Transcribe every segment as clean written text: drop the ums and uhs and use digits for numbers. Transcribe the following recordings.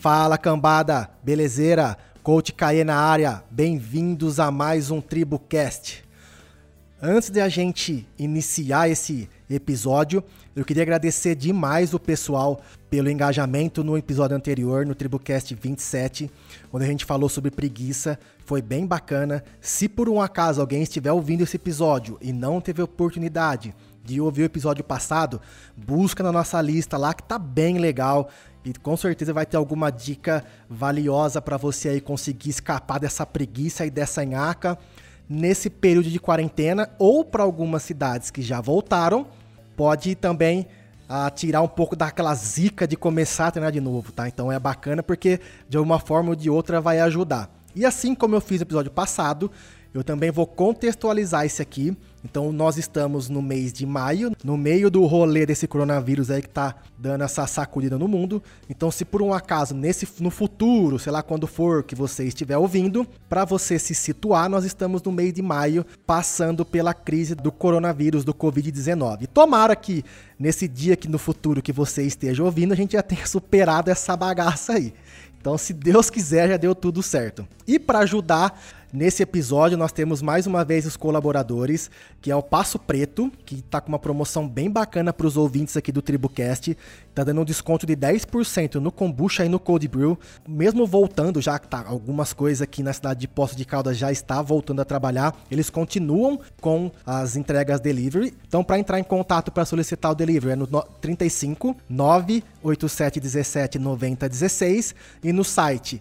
Fala, cambada, belezeira? Coach Caê na área, bem-vindos a mais um TribuCast. Antes de a gente iniciar esse episódio, eu queria agradecer demais o pessoal pelo engajamento no episódio anterior, no TribuCast 27, onde a gente falou sobre preguiça. Foi bem bacana. Se por um acaso alguém estiver ouvindo esse episódio e não teve oportunidade de ouvir o episódio passado, busca na nossa lista lá que tá bem legal e com certeza vai ter alguma dica valiosa para você aí conseguir escapar dessa preguiça e dessa nhaca nesse período de quarentena, ou para algumas cidades que já voltaram, pode também tirar um pouco daquela zica de começar a treinar de novo, tá? Então é bacana porque de uma forma ou de outra vai ajudar. E assim como eu fiz no episódio passado, eu também vou contextualizar isso aqui. Então nós estamos no mês de maio, no meio do rolê desse coronavírus aí que tá dando essa sacudida no mundo. Então se por um acaso no futuro, sei lá quando for que você estiver ouvindo, para você se situar, nós estamos no mês de maio passando pela crise do coronavírus, do Covid-19. Tomara que nesse dia que no futuro que você esteja ouvindo, a gente já tenha superado essa bagaça aí. Então, se Deus quiser, já deu tudo certo. E para ajudar, nesse episódio nós temos mais uma vez os colaboradores, que é o Passo Preto, que está com uma promoção bem bacana para os ouvintes aqui do TribuCast. Está dando um desconto de 10% no Kombucha e no Cold Brew. Mesmo voltando, já que tá algumas coisas aqui na cidade de Poços de Caldas já está voltando a trabalhar, eles continuam com as entregas delivery. Então, para entrar em contato para solicitar o delivery, é no 35 987 17 90 16 e no site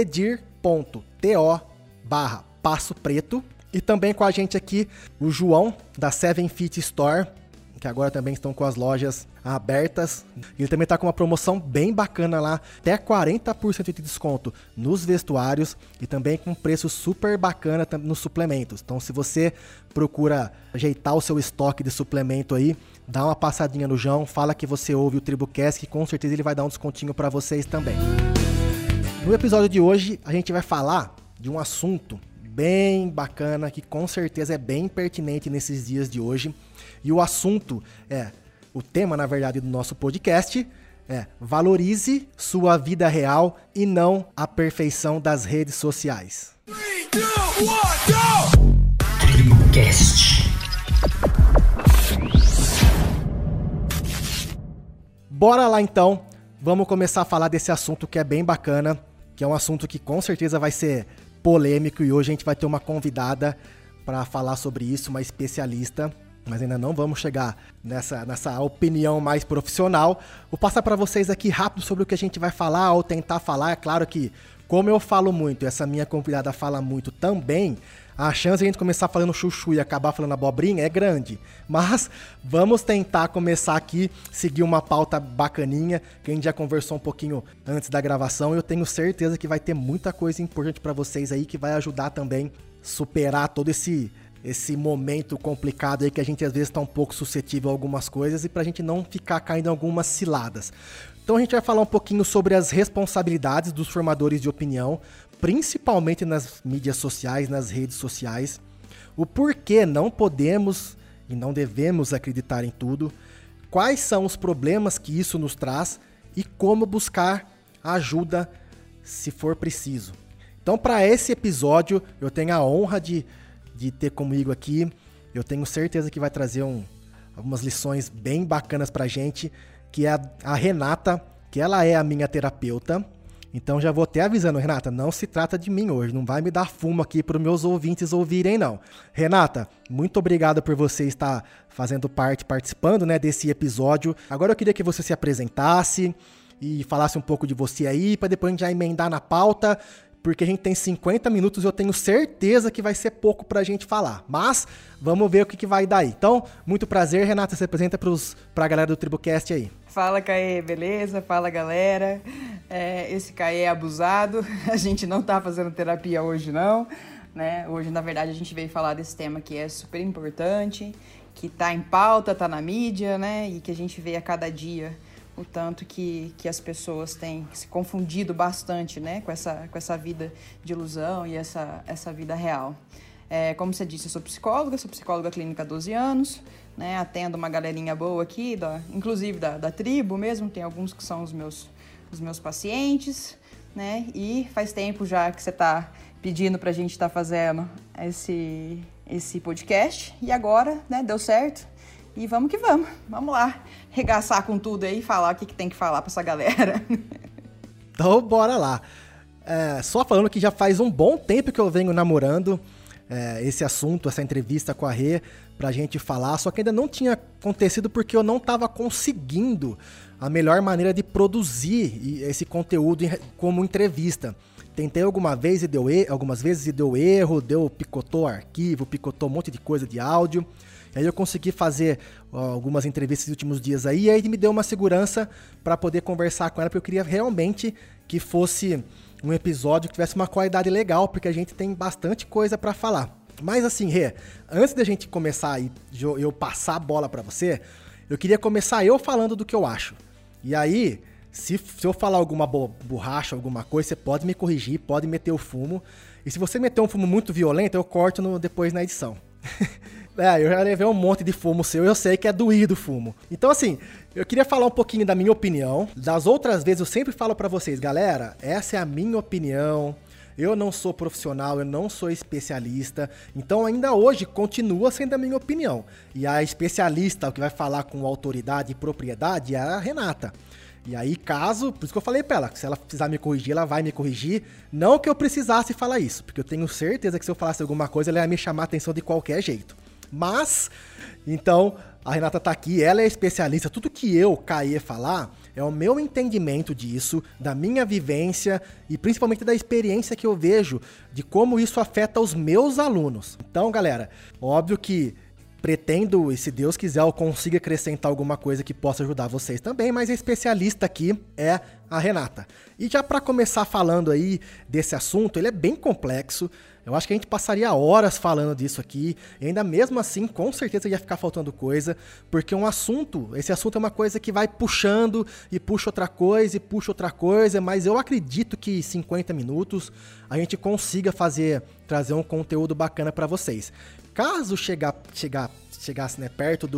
pedir.to/Passo Preto. E também com a gente aqui o João da 7fit Store, que agora também estão com as lojas abertas. Ele também está com uma promoção bem bacana lá, até 40% de desconto nos vestuários e também com preço super bacana nos suplementos. Então, se você procura ajeitar o seu estoque de suplemento aí, dá uma passadinha no João, fala que você ouve o TribuCast, que com certeza ele vai dar um descontinho para vocês também. No episódio de hoje, a gente vai falar de um assunto bem bacana, que com certeza é bem pertinente nesses dias de hoje. E o assunto o tema, na verdade, do nosso podcast é: valorize sua vida real e não a perfeição das redes sociais. 3, 2, 1, TribuCast. Bora lá então, vamos começar a falar desse assunto que é bem bacana, que é um assunto que com certeza vai ser polêmico, e hoje a gente vai ter uma convidada para falar sobre isso, uma especialista, mas ainda não vamos chegar nessa opinião mais profissional. Vou passar para vocês aqui rápido sobre o que a gente vai falar ou tentar falar. É claro que, como eu falo muito, essa minha convidada fala muito também, a chance de a gente começar falando chuchu e acabar falando abobrinha é grande. Mas vamos tentar começar aqui, seguir uma pauta bacaninha, que a gente já conversou um pouquinho antes da gravação. E eu tenho certeza que vai ter muita coisa importante para vocês aí, que vai ajudar também a superar todo esse momento complicado aí, que a gente às vezes está um pouco suscetível a algumas coisas, e para a gente não ficar caindo em algumas ciladas. Então a gente vai falar um pouquinho sobre as responsabilidades dos formadores de opinião, principalmente nas mídias sociais, nas redes sociais, o porquê não podemos e não devemos acreditar em tudo, quais são os problemas que isso nos traz e como buscar ajuda se for preciso. Então, para esse episódio, eu tenho a honra de ter comigo aqui, eu tenho certeza que vai trazer algumas lições bem bacanas pra gente, que é a Renata, que ela é a minha terapeuta. Então já vou até avisando, Renata, não se trata de mim hoje, não vai me dar fumo aqui para os meus ouvintes ouvirem, não. Renata, muito obrigado por você estar fazendo parte, participando, né, desse episódio. Agora eu queria que você se apresentasse e falasse um pouco de você aí, para depois a gente já emendar na pauta, porque a gente tem 50 minutos e eu tenho certeza que vai ser pouco pra gente falar. Mas vamos ver o que vai dar aí. Então, muito prazer, Renata, se apresenta pra galera do TribuCast aí. Fala, Caê, beleza? Fala, galera. Esse Caê é abusado, a gente não tá fazendo terapia hoje, não. Né? Hoje, na verdade, a gente veio falar desse tema que é super importante, que tá em pauta, tá na mídia, né? E que a gente vê a cada dia o tanto que as pessoas têm se confundido bastante, né, com essa vida de ilusão e essa vida real. Como você disse, eu sou psicóloga clínica há 12 anos, né, atendo uma galerinha boa aqui, inclusive da tribo mesmo, tem alguns que são os meus pacientes, né? E faz tempo já que você tá pedindo pra gente estar fazendo esse podcast. E agora, né, deu certo. E vamos que vamos. Vamos lá regaçar com tudo aí e falar o que tem que falar pra essa galera. Então, bora lá. Só falando que já faz um bom tempo que eu venho namorando esse assunto, essa entrevista com a Rê, pra gente falar, só que ainda não tinha acontecido porque eu não tava conseguindo a melhor maneira de produzir esse conteúdo como entrevista. Tentei algumas vezes e deu erro, picotou arquivo, picotou um monte de coisa de áudio. E aí eu consegui fazer algumas entrevistas nos últimos dias aí, e aí me deu uma segurança para poder conversar com ela, porque eu queria realmente que fosse um episódio que tivesse uma qualidade legal, porque a gente tem bastante coisa para falar. Mas assim, Rê, antes da gente começar e eu passar a bola para você, eu queria começar eu falando do que eu acho. E aí, se eu falar alguma borracha, alguma coisa, você pode me corrigir, pode meter o fumo. E se você meter um fumo muito violento, eu corto depois na edição. Eu já levei um monte de fumo seu, eu sei que é doído o fumo. Então assim, eu queria falar um pouquinho da minha opinião. Das outras vezes eu sempre falo pra vocês, galera, essa é a minha opinião. Eu não sou profissional, eu não sou especialista. Então ainda hoje continua sendo a minha opinião. E a especialista, o que vai falar com autoridade e propriedade, é a Renata. E aí, por isso que eu falei pra ela, que se ela precisar me corrigir, ela vai me corrigir. Não que eu precisasse falar isso, porque eu tenho certeza que se eu falasse alguma coisa, ela ia me chamar a atenção de qualquer jeito. Mas, então, a Renata tá aqui, ela é especialista. Tudo que eu, Caê, falar é o meu entendimento disso, da minha vivência e principalmente da experiência que eu vejo de como isso afeta os meus alunos. Então, galera, óbvio que pretendo, e se Deus quiser, eu consiga acrescentar alguma coisa que possa ajudar vocês também, mas a especialista aqui é a Renata. E já para começar falando aí desse assunto, ele é bem complexo. Eu acho que a gente passaria horas falando disso aqui, e ainda mesmo assim, com certeza ia ficar faltando coisa, porque esse assunto é uma coisa que vai puxando, e puxa outra coisa, mas eu acredito que 50 minutos a gente consiga trazer um conteúdo bacana para vocês. Caso chegasse, né, perto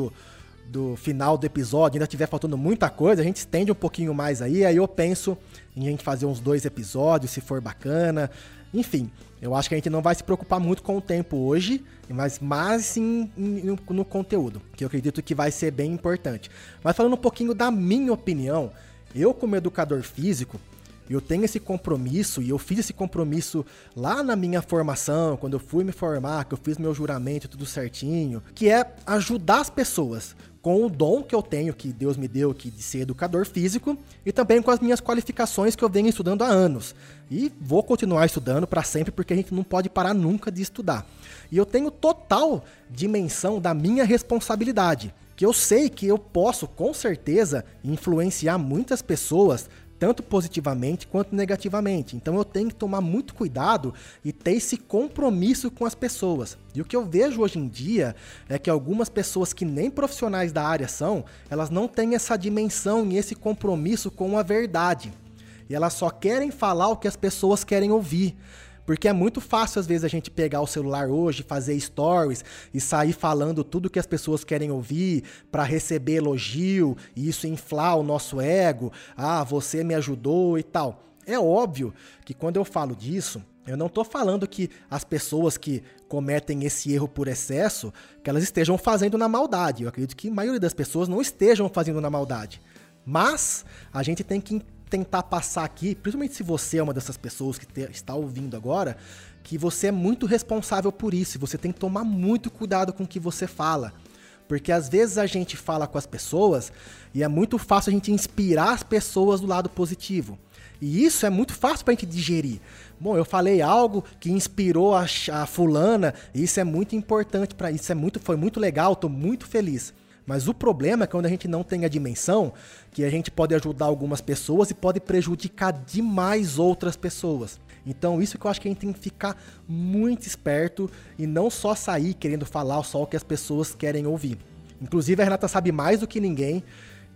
do final do episódio, ainda estiver faltando muita coisa, a gente estende um pouquinho mais aí eu penso em a gente fazer uns 2 episódios, se for bacana. Enfim, eu acho que a gente não vai se preocupar muito com o tempo hoje, mas mais sim no conteúdo, que eu acredito que vai ser bem importante. Mas falando um pouquinho da minha opinião, eu como educador físico, eu tenho esse compromisso, e eu fiz esse compromisso lá na minha formação, quando eu fui me formar, que eu fiz meu juramento tudo certinho, que é ajudar as pessoas com o dom que eu tenho, que Deus me deu, de ser educador físico, e também com as minhas qualificações que eu venho estudando há anos. E vou continuar estudando para sempre, porque a gente não pode parar nunca de estudar. E eu tenho total dimensão da minha responsabilidade, que eu sei que eu posso, com certeza, influenciar muitas pessoas, tanto positivamente quanto negativamente. Então eu tenho que tomar muito cuidado e ter esse compromisso com as pessoas. E o que eu vejo hoje em dia é que algumas pessoas que nem profissionais da área são, elas não têm essa dimensão e esse compromisso com a verdade. E elas só querem falar o que as pessoas querem ouvir. Porque é muito fácil, às vezes, a gente pegar o celular hoje, fazer stories e sair falando tudo que as pessoas querem ouvir para receber elogio e isso inflar o nosso ego. Ah, você me ajudou e tal. É óbvio que quando eu falo disso, eu não estou falando que as pessoas que cometem esse erro por excesso, que elas estejam fazendo na maldade. Eu acredito que a maioria das pessoas não estejam fazendo na maldade. Mas a gente tem que tentar passar aqui, principalmente se você é uma dessas pessoas que está ouvindo agora, que você é muito responsável por isso, e você tem que tomar muito cuidado com o que você fala, porque às vezes a gente fala com as pessoas e é muito fácil a gente inspirar as pessoas do lado positivo, e isso é muito fácil pra gente digerir. Bom, eu falei algo que inspirou a fulana, e isso é muito importante para isso, foi muito legal, tô muito feliz. Mas o problema é quando a gente não tem a dimensão que a gente pode ajudar algumas pessoas e pode prejudicar demais outras pessoas. Então isso que eu acho que a gente tem que ficar muito esperto e não só sair querendo falar só o que as pessoas querem ouvir. Inclusive a Renata sabe mais do que ninguém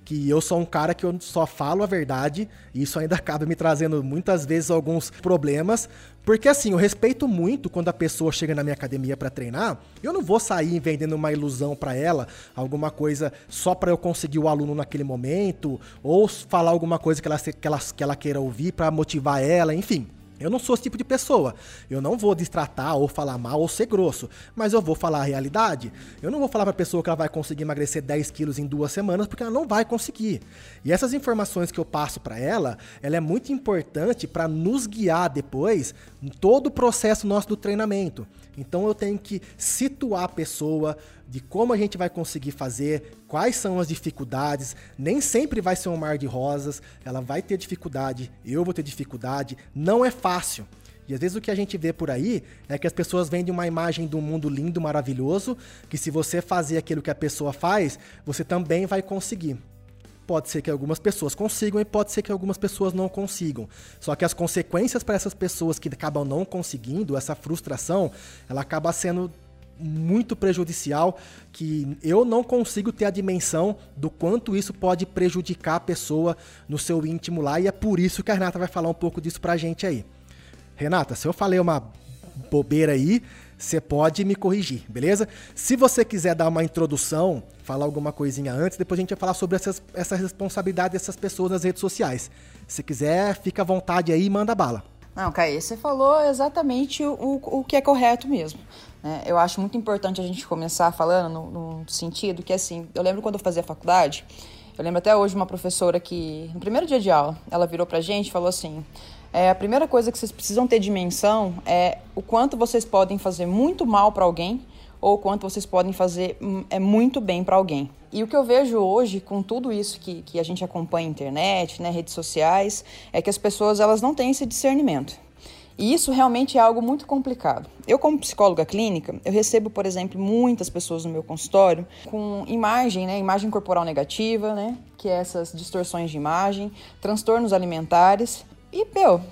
que eu sou um cara que eu só falo a verdade, e isso ainda acaba me trazendo muitas vezes alguns problemas, porque assim, eu respeito muito quando a pessoa chega na minha academia para treinar, eu não vou sair vendendo uma ilusão para ela, alguma coisa só para eu conseguir o aluno naquele momento, ou falar alguma coisa que ela queira ouvir para motivar ela, enfim. Eu não sou esse tipo de pessoa. Eu não vou destratar ou falar mal ou ser grosso, mas eu vou falar a realidade. Eu não vou falar para a pessoa que ela vai conseguir emagrecer 10 quilos em 2 semanas, porque ela não vai conseguir. E essas informações que eu passo para ela é muito importante para nos guiar depois em todo o processo nosso do treinamento. Então eu tenho que situar a pessoa de como a gente vai conseguir fazer, quais são as dificuldades. Nem sempre vai ser um mar de rosas, ela vai ter dificuldade, eu vou ter dificuldade, não é fácil. E às vezes o que a gente vê por aí é que as pessoas vendem uma imagem de um mundo lindo, maravilhoso, que se você fazer aquilo que a pessoa faz, você também vai conseguir. Pode ser que algumas pessoas consigam e pode ser que algumas pessoas não consigam. Só que as consequências para essas pessoas que acabam não conseguindo, essa frustração, ela acaba sendo muito prejudicial, que eu não consigo ter a dimensão do quanto isso pode prejudicar a pessoa no seu íntimo lá, e é por isso que a Renata vai falar um pouco disso pra gente aí. Renata, se eu falei uma bobeira aí, você pode me corrigir, beleza? Se você quiser dar uma introdução, falar alguma coisinha antes, depois a gente vai falar sobre essa responsabilidade dessas pessoas nas redes sociais. Se quiser, fica à vontade aí e manda bala. Não, Caê, você falou exatamente o que é correto mesmo. Eu acho muito importante a gente começar falando no sentido que, assim, eu lembro quando eu fazia faculdade, eu lembro até hoje uma professora que, no primeiro dia de aula, ela virou pra gente e falou assim: a primeira coisa que vocês precisam ter dimensão é o quanto vocês podem fazer muito mal pra alguém ou o quanto vocês podem fazer muito bem pra alguém. E o que eu vejo hoje, com tudo isso que a gente acompanha na internet, né, redes sociais, é que as pessoas elas não têm esse discernimento. E isso realmente é algo muito complicado. Eu, como psicóloga clínica, eu recebo, por exemplo, muitas pessoas no meu consultório com imagem, né, imagem corporal negativa, né, que é essas distorções de imagem, transtornos alimentares e,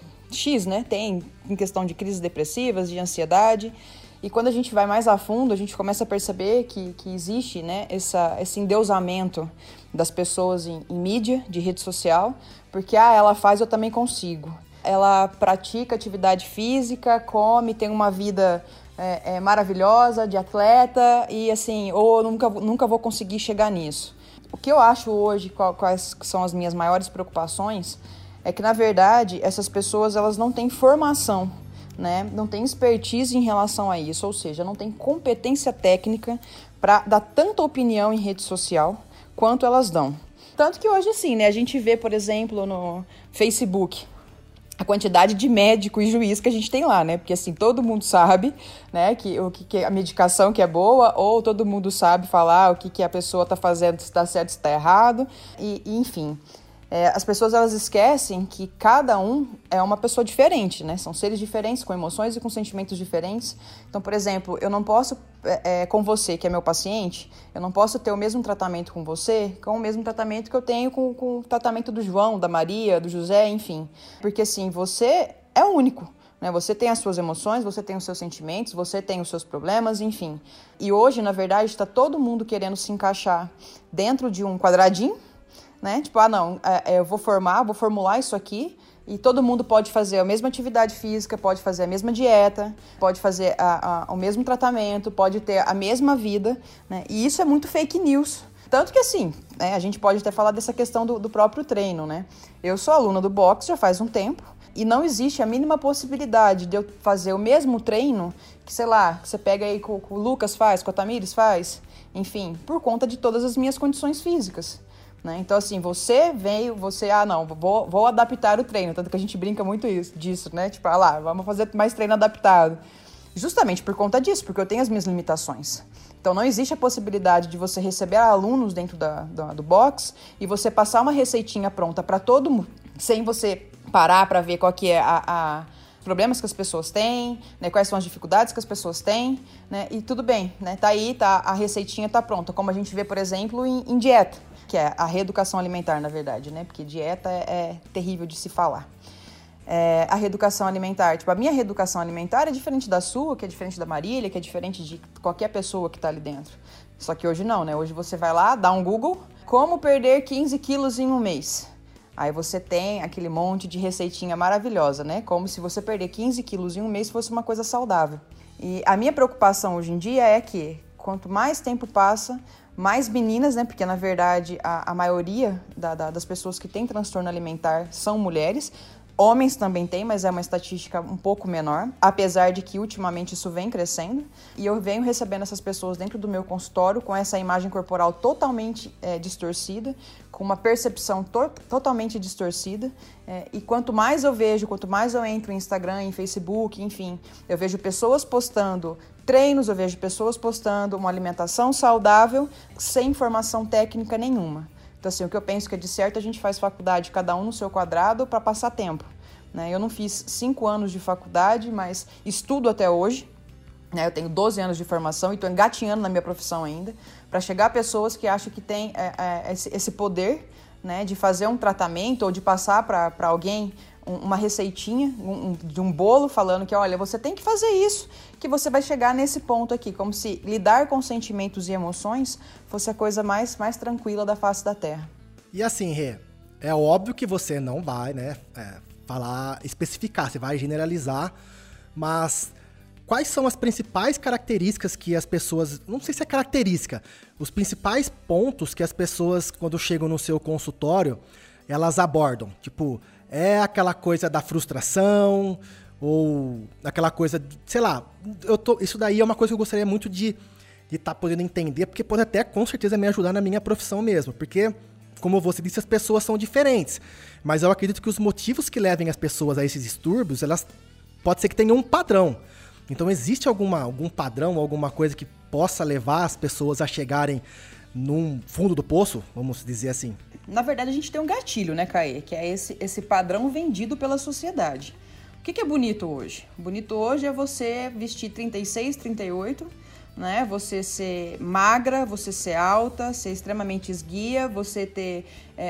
X, né, tem em questão de crises depressivas, de ansiedade. E quando a gente vai mais a fundo, a gente começa a perceber que existe, né, esse endeusamento das pessoas em mídia, de rede social, porque ela faz, eu também consigo. Ela pratica atividade física, come, tem uma vida maravilhosa, de atleta, e assim, ou nunca vou conseguir chegar nisso. O que eu acho hoje, quais são as minhas maiores preocupações, é que, na verdade, essas pessoas elas não têm formação, né? Não têm expertise em relação a isso, ou seja, não têm competência técnica para dar tanta opinião em rede social quanto elas dão. Tanto que hoje, assim, né, a gente vê, por exemplo, no Facebook, a quantidade de médico e juiz que a gente tem lá, né? Porque, assim, todo mundo sabe, né, que a medicação que é boa, ou todo mundo sabe falar o que a pessoa está fazendo, se está certo, se está errado, e enfim. As pessoas, elas esquecem que cada um é uma pessoa diferente, né? São seres diferentes, com emoções e com sentimentos diferentes. Então, por exemplo, eu não posso, com você, que é meu paciente, eu não posso ter o mesmo tratamento com você, com o mesmo tratamento que eu tenho com o tratamento do João, da Maria, do José, enfim. Porque, assim, você é único, né? Você tem as suas emoções, você tem os seus sentimentos, você tem os seus problemas, enfim. E hoje, na verdade, está todo mundo querendo se encaixar dentro de um quadradinho, né? Tipo, eu vou formular isso aqui e todo mundo pode fazer a mesma atividade física, pode fazer a mesma dieta, pode fazer o mesmo tratamento, pode ter a mesma vida, né? E isso é muito fake news. Tanto que, assim, né, a gente pode até falar dessa questão do próprio treino, né? Eu sou aluna do boxe já faz um tempo e não existe a mínima possibilidade de eu fazer o mesmo treino que, sei lá, que você pega aí com o Lucas faz, com a Tamires faz, enfim, por conta de todas as minhas condições físicas. Né? Então, assim, vou adaptar o treino, tanto que a gente brinca muito disso, né? Tipo, vamos fazer mais treino adaptado. Justamente por conta disso, porque eu tenho as minhas limitações. Então, não existe a possibilidade de você receber alunos dentro do box e você passar uma receitinha pronta para todo mundo, sem você parar para ver qual que é os problemas que as pessoas têm, né? Quais são as dificuldades que as pessoas têm, né? E tudo bem, né? A receitinha tá pronta, como a gente vê, por exemplo, em dieta, que é a reeducação alimentar, na verdade, né? Porque dieta é terrível de se falar. A reeducação alimentar, tipo, a minha reeducação alimentar é diferente da sua, que é diferente da Marília, que é diferente de qualquer pessoa que está ali dentro. Só que hoje não, né? Hoje você vai lá, dá um Google, como perder 15 quilos em um mês. Aí você tem aquele monte de receitinha maravilhosa, né? Como se você perder 15 quilos em um mês fosse uma coisa saudável. E a minha preocupação hoje em dia é que quanto mais tempo passa, mais meninas, né? Porque na verdade a maioria das pessoas que têm transtorno alimentar são mulheres. Homens também têm, mas é uma estatística um pouco menor, apesar de que ultimamente isso vem crescendo. E eu venho recebendo essas pessoas dentro do meu consultório com essa imagem corporal totalmente distorcida, com uma percepção totalmente distorcida. E quanto mais eu vejo, quanto mais eu entro em Instagram, em Facebook, enfim, eu vejo pessoas postando treinos, eu vejo pessoas postando uma alimentação saudável sem informação técnica nenhuma. Então, assim, o que eu penso que é de certo, a gente faz faculdade, cada um no seu quadrado, para passar tempo, né? Eu não fiz 5 anos de faculdade, mas estudo até hoje, né? Eu tenho 12 anos de formação e estou engatinhando na minha profissão ainda, para chegar a pessoas que acham que tem esse poder, né, de fazer um tratamento ou de passar para alguém uma receitinha de um bolo falando que, olha, você tem que fazer isso, que você vai chegar nesse ponto aqui, como se lidar com sentimentos e emoções fosse a coisa mais tranquila da face da Terra. E assim, Rê, é óbvio que você não vai, né, especificar, você vai generalizar, mas quais são as principais características que as pessoas, não sei se é característica, os principais pontos que as pessoas, quando chegam no seu consultório, elas abordam? Tipo, é aquela coisa da frustração, ou aquela coisa, sei lá, isso daí é uma coisa que eu gostaria muito de estar podendo entender, porque pode até com certeza me ajudar na minha profissão mesmo, porque, como você disse, as pessoas são diferentes, mas eu acredito que os motivos que levem as pessoas a esses distúrbios, elas pode ser que tenham um padrão. Então existe algum padrão, alguma coisa que possa levar as pessoas a chegarem num fundo do poço, vamos dizer assim? Na verdade, a gente tem um gatilho, né, Caê? Que é esse padrão vendido pela sociedade. O que é bonito hoje? Bonito hoje é você vestir 36, 38, né? Você ser magra, você ser alta, ser extremamente esguia, você ter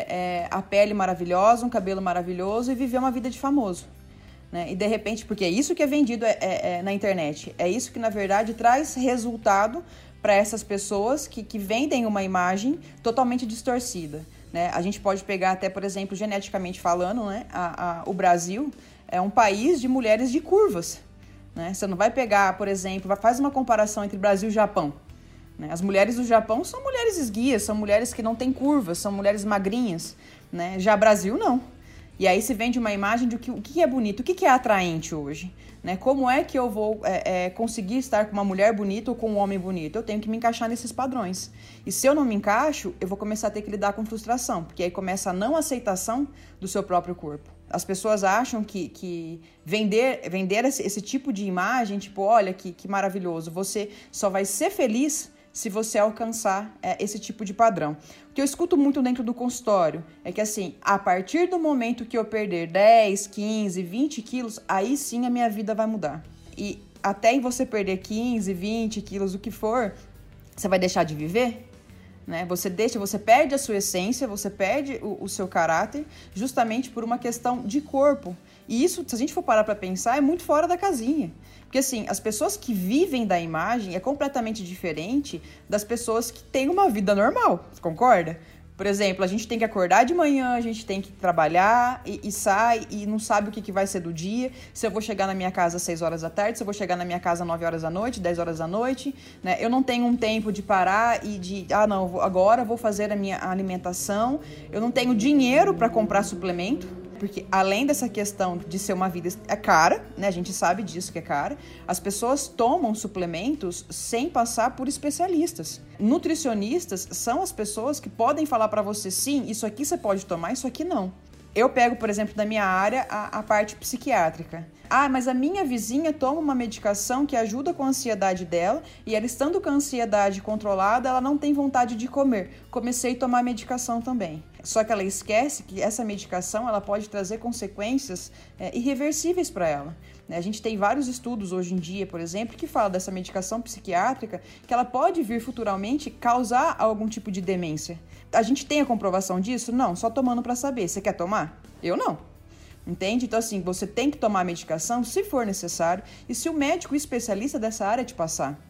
a pele maravilhosa, um cabelo maravilhoso e viver uma vida de famoso. Né? E de repente, porque é isso que é vendido na internet, é isso que na verdade traz resultado para essas pessoas que vendem uma imagem totalmente distorcida. Né? A gente pode pegar até, por exemplo, geneticamente falando, né? O Brasil é um país de mulheres de curvas. Né? Você não vai pegar, por exemplo, faz uma comparação entre Brasil e Japão. Né? As mulheres do Japão são mulheres esguias, são mulheres que não têm curvas, são mulheres magrinhas. Né? Já Brasil, não. E aí se vende uma imagem de o que é bonito, o que é atraente hoje. Né? Como é que eu vou conseguir estar com uma mulher bonita ou com um homem bonito? Eu tenho que me encaixar nesses padrões. E se eu não me encaixo, eu vou começar a ter que lidar com frustração, porque aí começa a não aceitação do seu próprio corpo. As pessoas acham que vender esse tipo de imagem, tipo, olha que maravilhoso, você só vai ser feliz se você alcançar esse tipo de padrão. O que eu escuto muito dentro do consultório é que, assim, a partir do momento que eu perder 10, 15, 20 quilos, aí sim a minha vida vai mudar. E até em você perder 15, 20 quilos, o que for, você vai deixar de viver? Né? Você perde a sua essência, você perde o seu caráter justamente por uma questão de corpo. E isso, se a gente for parar para pensar, é muito fora da casinha. Porque, assim, as pessoas que vivem da imagem é completamente diferente das pessoas que têm uma vida normal, você concorda? Por exemplo, a gente tem que acordar de manhã, a gente tem que trabalhar e sai e não sabe o que vai ser do dia, se eu vou chegar na minha casa às 6 horas da tarde, se eu vou chegar na minha casa às 9 horas da noite, 10 horas da noite, né? Eu não tenho um tempo de parar e não, agora vou fazer a minha alimentação, eu não tenho dinheiro para comprar suplemento, porque além dessa questão de ser uma vida cara, né, a gente sabe disso que é cara, as pessoas tomam suplementos sem passar por especialistas. Nutricionistas são as pessoas que podem falar para você, sim, isso aqui você pode tomar, isso aqui não. Eu pego, por exemplo, da minha área, a parte psiquiátrica. Mas a minha vizinha toma uma medicação que ajuda com a ansiedade dela e ela estando com a ansiedade controlada, ela não tem vontade de comer. Comecei a tomar medicação também. Só que ela esquece que essa medicação ela pode trazer consequências irreversíveis para ela. A gente tem vários estudos hoje em dia, por exemplo, que falam dessa medicação psiquiátrica que ela pode vir futuramente causar algum tipo de demência. A gente tem a comprovação disso? Não, só tomando para saber. Você quer tomar? Eu não. Entende? Então, assim, você tem que tomar a medicação se for necessário e se o médico especialista dessa área te passar.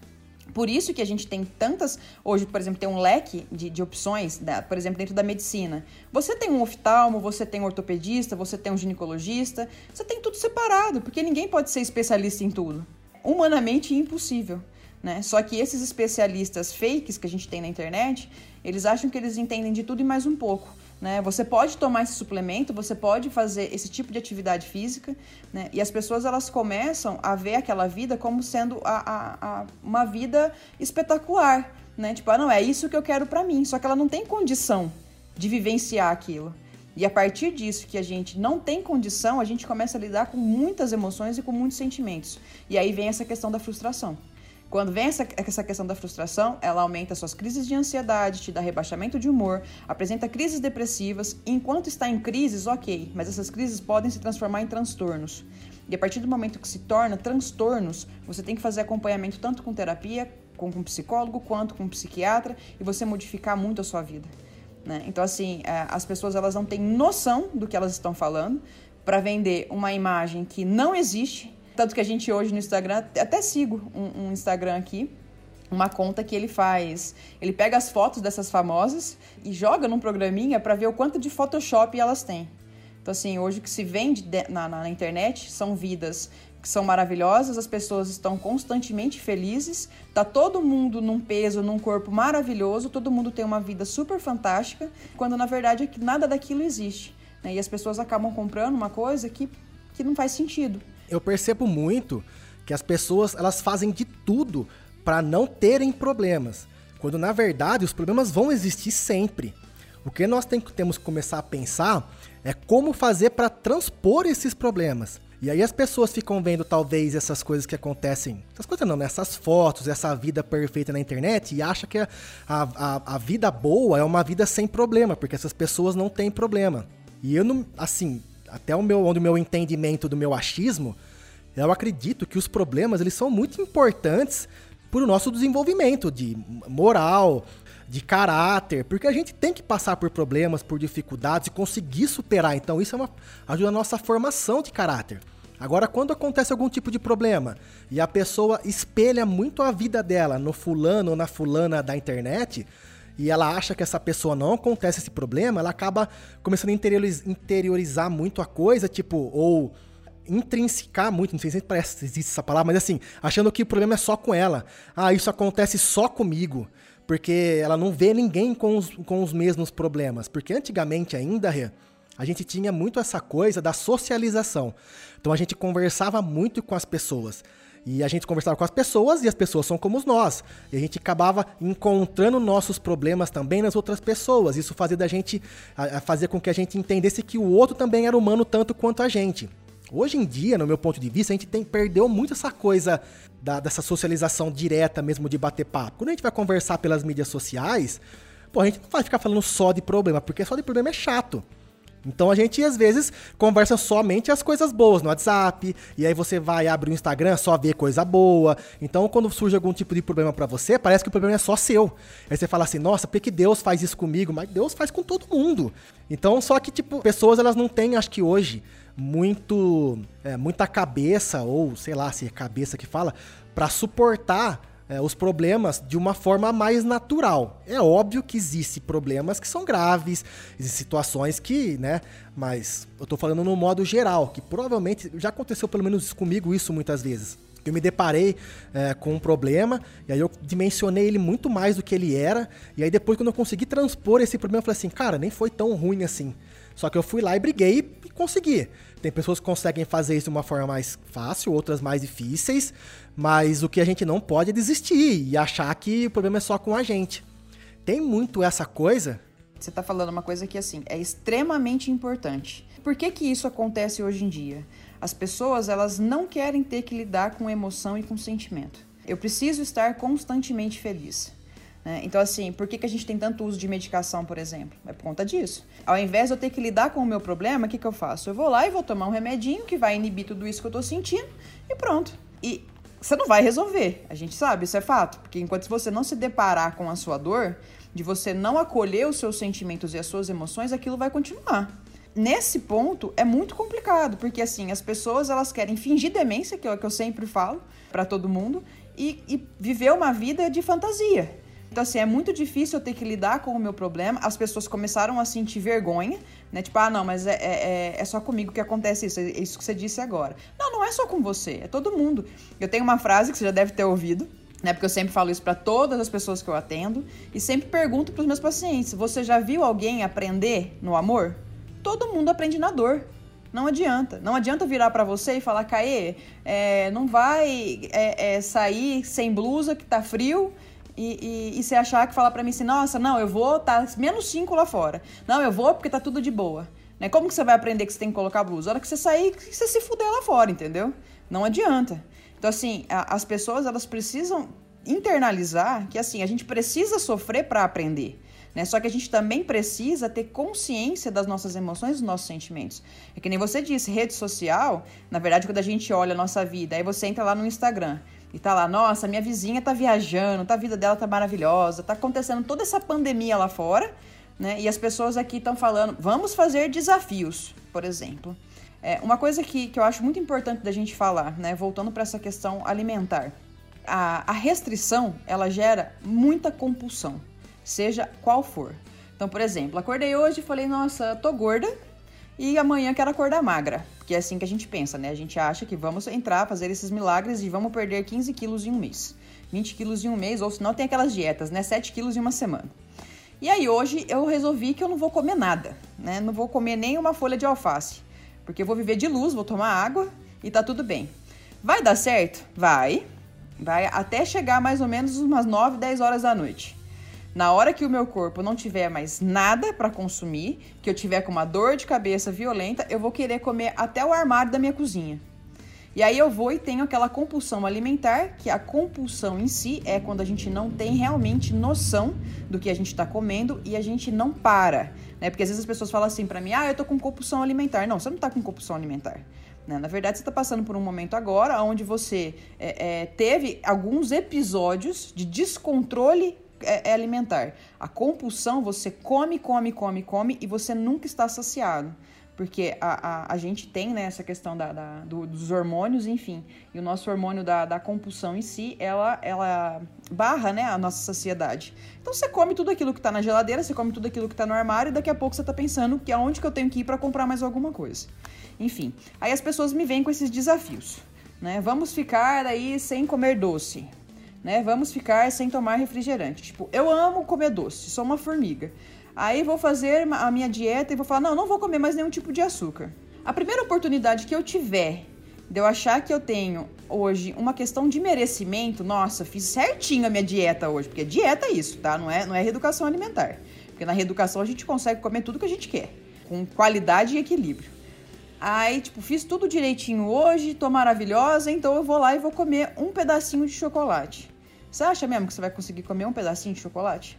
Por isso que a gente tem tantas... Hoje, por exemplo, tem um leque de opções, por exemplo, dentro da medicina. Você tem um oftalmo, você tem um ortopedista, você tem um ginecologista. Você tem tudo separado, porque ninguém pode ser especialista em tudo. Humanamente impossível, né? Só que esses especialistas fakes que a gente tem na internet, eles acham que eles entendem de tudo e mais um pouco. Né? Você pode tomar esse suplemento, você pode fazer esse tipo de atividade física, né? E as pessoas elas começam a ver aquela vida como sendo uma vida espetacular, né? Tipo, não, é isso que eu quero pra mim, só que ela não tem condição de vivenciar aquilo. E a partir disso que a gente não tem condição, a gente começa a lidar com muitas emoções e com muitos sentimentos. E aí vem essa questão da frustração. Quando vem essa questão da frustração, ela aumenta suas crises de ansiedade, te dá rebaixamento de humor, apresenta crises depressivas. Enquanto está em crises, ok, mas essas crises podem se transformar em transtornos. E a partir do momento que se torna transtornos, você tem que fazer acompanhamento tanto com terapia, com um psicólogo, quanto com um psiquiatra, e você modificar muito a sua vida. Né? Então, assim, as pessoas elas não têm noção do que elas estão falando para vender uma imagem que não existe. Tanto que a gente hoje no Instagram, até sigo um Instagram aqui, uma conta que ele pega as fotos dessas famosas e joga num programinha para ver o quanto de Photoshop elas têm. Então, assim, hoje o que se vende na internet são vidas que são maravilhosas, as pessoas estão constantemente felizes, tá todo mundo num peso, num corpo maravilhoso, todo mundo tem uma vida super fantástica, quando na verdade nada daquilo existe, né? E as pessoas acabam comprando uma coisa que não faz sentido. Eu percebo muito que as pessoas elas fazem de tudo para não terem problemas, quando na verdade os problemas vão existir sempre. O que nós temos que começar a pensar é como fazer para transpor esses problemas. E aí as pessoas ficam vendo talvez essas coisas que acontecem, essas coisas não, né? Essas fotos, essa vida perfeita na internet e acham que a vida boa é uma vida sem problema, porque essas pessoas não têm problema. E eu não, assim... Até onde o meu entendimento do meu achismo, eu acredito que os problemas eles são muito importantes para o nosso desenvolvimento de moral, de caráter, porque a gente tem que passar por problemas, por dificuldades e conseguir superar. Então isso ajuda na nossa formação de caráter. Agora, quando acontece algum tipo de problema e a pessoa espelha muito a vida dela no fulano ou na fulana da internet... e ela acha que essa pessoa não acontece esse problema, ela acaba começando a interiorizar muito a coisa, tipo, ou intrinsicar muito, não sei se parece que existe essa palavra, mas assim, achando que o problema é só com ela. Ah, isso acontece só comigo, porque ela não vê ninguém com os mesmos problemas. Porque antigamente ainda, a gente tinha muito essa coisa da socialização. Então a gente conversava muito com as pessoas. E a gente conversava com as pessoas e as pessoas são como nós. E a gente acabava encontrando nossos problemas também nas outras pessoas. Isso fazia com que a gente entendesse que o outro também era humano tanto quanto a gente. Hoje em dia, no meu ponto de vista, a gente perdeu muito essa coisa dessa socialização direta mesmo de bater papo. Quando a gente vai conversar pelas mídias sociais, a gente não vai ficar falando só de problema, porque só de problema é chato. Então a gente, às vezes, conversa somente as coisas boas no WhatsApp, e aí você vai, abre o Instagram, só vê coisa boa. Então, quando surge algum tipo de problema pra você, parece que o problema é só seu. Aí você fala assim, nossa, por que Deus faz isso comigo? Mas Deus faz com todo mundo. Então, só que, pessoas, elas não têm, acho que hoje, muita cabeça, ou sei lá se é cabeça que fala, pra suportar os problemas de uma forma mais natural. É óbvio que existem problemas que são graves, existem situações que, né, mas eu tô falando no modo geral, que provavelmente já aconteceu pelo menos comigo isso muitas vezes. Eu me deparei com um problema, e aí eu dimensionei ele muito mais do que ele era, e aí depois quando eu consegui transpor esse problema, eu falei assim, cara, nem foi tão ruim assim. Só que eu fui lá e briguei e consegui. Tem pessoas que conseguem fazer isso de uma forma mais fácil, outras mais difíceis, mas o que a gente não pode é desistir e achar que o problema é só com a gente. Tem muito essa coisa... Você está falando uma coisa que, assim, é extremamente importante. Por que isso acontece hoje em dia? As pessoas, elas não querem ter que lidar com emoção e com sentimento. Eu preciso estar constantemente feliz. Então, assim, por que a gente tem tanto uso de medicação, por exemplo? É por conta disso. Ao invés de eu ter que lidar com o meu problema, o que eu faço? Eu vou lá e vou tomar um remedinho que vai inibir tudo isso que eu tô sentindo e pronto. E você não vai resolver, a gente sabe, isso é fato. Porque enquanto você não se deparar com a sua dor, de você não acolher os seus sentimentos e as suas emoções, aquilo vai continuar. nesse ponto é muito complicado, porque assim, as pessoas elas querem fingir demência, que é o que eu sempre falo para todo mundo, e viver uma vida de fantasia. Então, assim, é muito difícil eu ter que lidar com o meu problema. As pessoas começaram a sentir vergonha, né? Tipo, não, mas é só comigo que acontece isso. É isso que você disse agora. Não é só com você, é todo mundo. Eu tenho uma frase que você já deve ter ouvido, né? Porque eu sempre falo isso para todas as pessoas que eu atendo e sempre pergunto para os meus pacientes: você já viu alguém aprender no amor? Todo mundo aprende na dor. Não adianta. Não adianta virar pra você e falar: Caê, não vai sair sem blusa que tá frio e você achar que falar pra mim assim: nossa, não, eu vou, tá -5 lá fora. Não, eu vou porque tá tudo de boa. Né? Como que você vai aprender que você tem que colocar blusa? A hora que você sair, que você se fuder lá fora, entendeu? Não adianta. Então, assim, as pessoas, elas precisam internalizar que, assim, a gente precisa sofrer pra aprender. Né? Só que a gente também precisa ter consciência das nossas emoções e dos nossos sentimentos. É que nem você disse, rede social, na verdade, quando a gente olha a nossa vida, aí você entra lá no Instagram e tá lá: nossa, minha vizinha tá viajando, a vida dela tá maravilhosa, tá acontecendo toda essa pandemia lá fora, né? E as pessoas aqui estão falando: vamos fazer desafios, por exemplo. Uma coisa que eu acho muito importante da gente falar, né? Voltando para essa questão alimentar. A restrição, ela gera muita compulsão, seja qual for. Então, por exemplo, acordei hoje e falei: nossa, tô gorda e amanhã quero acordar magra. Porque é assim que a gente pensa, né? A gente acha que vamos entrar, fazer esses milagres e vamos perder 15 quilos em um mês, 20 quilos em um mês, ou senão tem aquelas dietas, né? 7 quilos em uma semana. E aí hoje eu resolvi que eu não vou comer nada, né? Não vou comer nem uma folha de alface, porque eu vou viver de luz, vou tomar água e tá tudo bem. Vai dar certo? Vai até chegar mais ou menos umas 9, 10 horas da noite. Na hora que o meu corpo não tiver mais nada para consumir, que eu tiver com uma dor de cabeça violenta, eu vou querer comer até o armário da minha cozinha. E aí eu vou e tenho aquela compulsão alimentar, que a compulsão em si é quando a gente não tem realmente noção do que a gente está comendo e a gente não para, né? Porque às vezes as pessoas falam assim para mim: eu tô com compulsão alimentar. Não, você não tá com compulsão alimentar. Na verdade, você está passando por um momento agora onde você teve alguns episódios de descontrole alimentar. A compulsão, você come e você nunca está saciado. Porque a gente tem, né, essa questão dos hormônios, enfim. E o nosso hormônio da compulsão em si, ela barra, né, a nossa saciedade. Então você come tudo aquilo que está na geladeira, você come tudo aquilo que está no armário e daqui a pouco você está pensando que aonde que eu tenho que ir para comprar mais alguma coisa. Enfim, aí as pessoas me vêm com esses desafios, né? Vamos ficar aí sem comer doce, né? Vamos ficar sem tomar refrigerante. Tipo, eu amo comer doce, sou uma formiga. Aí vou fazer a minha dieta e vou falar: não vou comer mais nenhum tipo de açúcar. A primeira oportunidade que eu tiver de eu achar que eu tenho hoje uma questão de merecimento, nossa, fiz certinho a minha dieta hoje, porque dieta é isso, tá? Não é reeducação alimentar. Porque na reeducação a gente consegue comer tudo que a gente quer, com qualidade e equilíbrio. Aí, tipo, fiz tudo direitinho hoje, tô maravilhosa, então eu vou lá e vou comer um pedacinho de chocolate. Você acha mesmo que você vai conseguir comer um pedacinho de chocolate?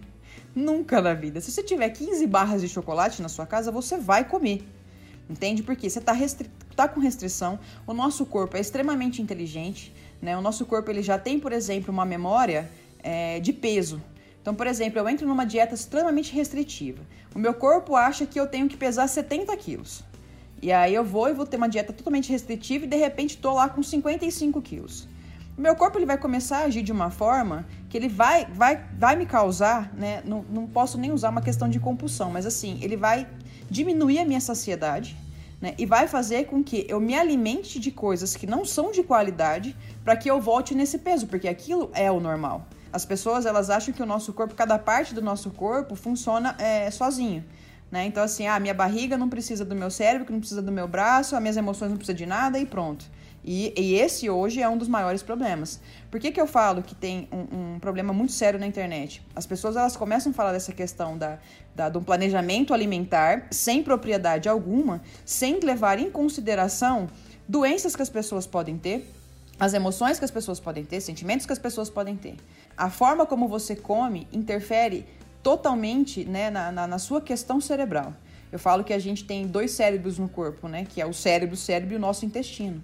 Nunca na vida. Se você tiver 15 barras de chocolate na sua casa, você vai comer. Entende? Porque você tá com restrição, o nosso corpo é extremamente inteligente, né? O nosso corpo ele já tem, por exemplo, uma memória de peso. Então, por exemplo, eu entro numa dieta extremamente restritiva. O meu corpo acha que eu tenho que pesar 70 quilos. E aí eu vou ter uma dieta totalmente restritiva e de repente tô lá com 55 quilos. O meu corpo ele vai começar a agir de uma forma que ele vai me causar, né? Não posso nem usar uma questão de compulsão, mas assim, ele vai diminuir a minha saciedade, né? E vai fazer com que eu me alimente de coisas que não são de qualidade para que eu volte nesse peso, porque aquilo é o normal. As pessoas elas acham que o nosso corpo, cada parte do nosso corpo funciona sozinho. Né? Então, assim, minha barriga não precisa do meu cérebro, que não precisa do meu braço, as minhas emoções não precisam de nada e pronto. E esse hoje é um dos maiores problemas. Por que eu falo que tem um problema muito sério na internet? As pessoas elas começam a falar dessa questão do planejamento alimentar sem propriedade alguma, sem levar em consideração doenças que as pessoas podem ter, as emoções que as pessoas podem ter, sentimentos que as pessoas podem ter. A forma como você come interfere totalmente, né, na sua questão cerebral. Eu falo que a gente tem 2 cérebros no corpo, né, que é o cérebro e o nosso intestino.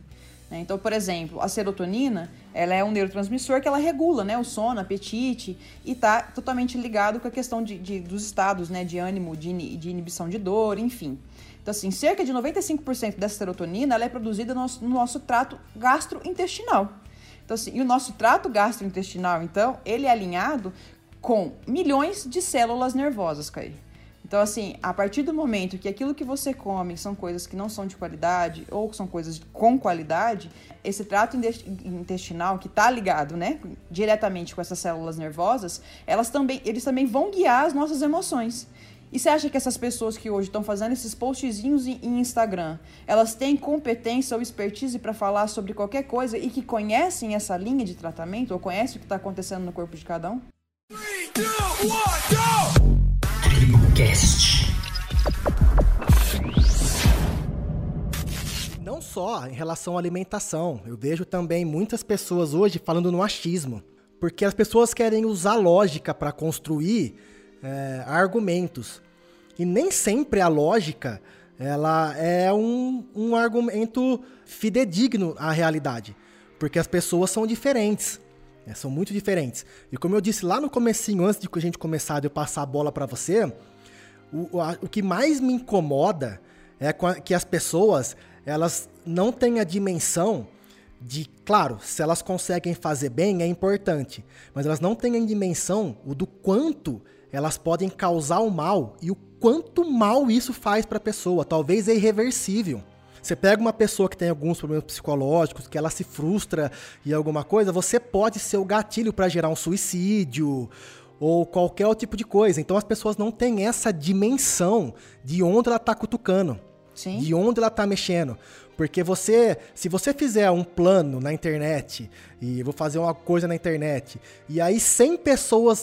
né? Então, por exemplo, a serotonina, ela é um neurotransmissor que ela regula, né, o sono, apetite, e está totalmente ligado com a questão dos estados, né, de ânimo, de inibição de dor, enfim. Então, assim, cerca de 95% dessa serotonina ela é produzida no nosso trato gastrointestinal. Então, assim, e o nosso trato gastrointestinal, então, ele é alinhado com milhões de células nervosas, Caí. Então, assim, a partir do momento que aquilo que você come são coisas que não são de qualidade ou são coisas com qualidade, esse trato intestinal que está ligado, né, diretamente com essas células nervosas, eles também vão guiar as nossas emoções. E você acha que essas pessoas que hoje estão fazendo esses postzinhos em Instagram, elas têm competência ou expertise para falar sobre qualquer coisa e que conhecem essa linha de tratamento ou conhecem o que está acontecendo no corpo de cada um? 3, 2, 1, go! TribuCast. Não só em relação à alimentação, eu vejo também muitas pessoas hoje falando no achismo, porque as pessoas querem usar lógica para construir argumentos. E nem sempre a lógica ela é um argumento fidedigno à realidade, porque as pessoas são diferentes. São muito diferentes. E como eu disse lá no comecinho, antes de a gente começar, de eu passar a bola para você, o que mais me incomoda é que as pessoas, elas não têm a dimensão de, claro, se elas conseguem fazer bem é importante, mas elas não têm a dimensão do quanto elas podem causar o mal e o quanto mal isso faz para a pessoa. Talvez é irreversível. Você pega uma pessoa que tem alguns problemas psicológicos, que ela se frustra em alguma coisa, você pode ser o gatilho para gerar um suicídio ou qualquer outro tipo de coisa. Então as pessoas não têm essa dimensão de onde ela está cutucando, Sim. de onde ela está mexendo. Porque se você fizer um plano na internet, e eu vou fazer uma coisa na internet, e aí de 100 pessoas,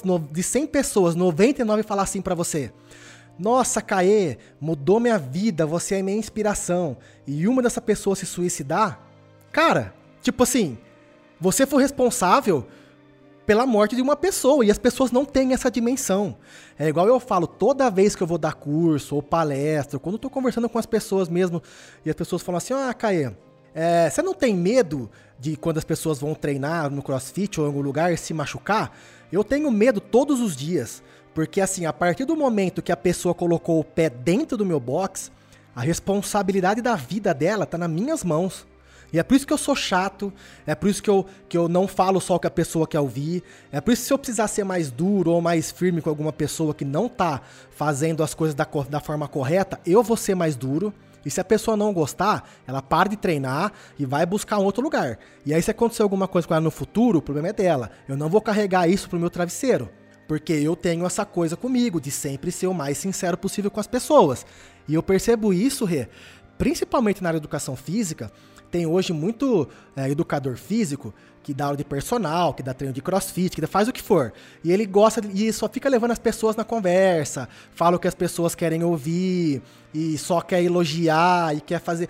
99 falar assim para você: nossa, Caê, mudou minha vida, você é minha inspiração, e uma dessa pessoa se suicidar, cara, tipo assim, você foi responsável pela morte de uma pessoa, e as pessoas não têm essa dimensão. É igual eu falo, toda vez que eu vou dar curso ou palestra, quando eu tô conversando com as pessoas mesmo, e as pessoas falam assim: Caê, você não tem medo de quando as pessoas vão treinar no CrossFit ou em algum lugar se machucar? Eu tenho medo todos os dias. Porque assim, a partir do momento que a pessoa colocou o pé dentro do meu box, a responsabilidade da vida dela tá nas minhas mãos. E é por isso que eu sou chato, é por isso que eu não falo só o que a pessoa quer ouvir, é por isso que se eu precisar ser mais duro ou mais firme com alguma pessoa que não tá fazendo as coisas da forma correta, eu vou ser mais duro. E se a pessoa não gostar, ela para de treinar e vai buscar um outro lugar. E aí se acontecer alguma coisa com ela no futuro, o problema é dela. Eu não vou carregar isso pro meu travesseiro. Porque eu tenho essa coisa comigo, de sempre ser o mais sincero possível com as pessoas. E eu percebo isso, Rê, principalmente na área de educação física. Tem hoje muito educador físico que dá aula de personal, que dá treino de crossfit, que faz o que for. E ele gosta e só fica levando as pessoas na conversa, fala o que as pessoas querem ouvir, e só quer elogiar, e quer fazer...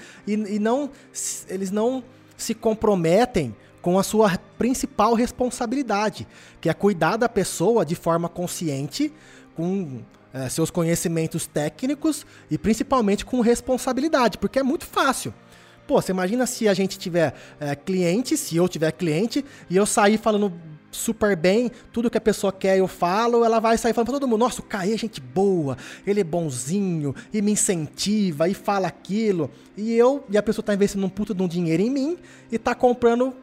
eles não se comprometem com a sua principal responsabilidade, que é cuidar da pessoa de forma consciente, com seus conhecimentos técnicos e principalmente com responsabilidade, porque é muito fácil. Pô, você imagina se a gente tiver cliente, se eu tiver cliente, e eu sair falando super bem, tudo que a pessoa quer eu falo, ela vai sair falando pra todo mundo: nossa, o Caê é gente boa, ele é bonzinho, e me incentiva, e fala aquilo, e a pessoa tá investindo um puta de um dinheiro em mim, e tá comprando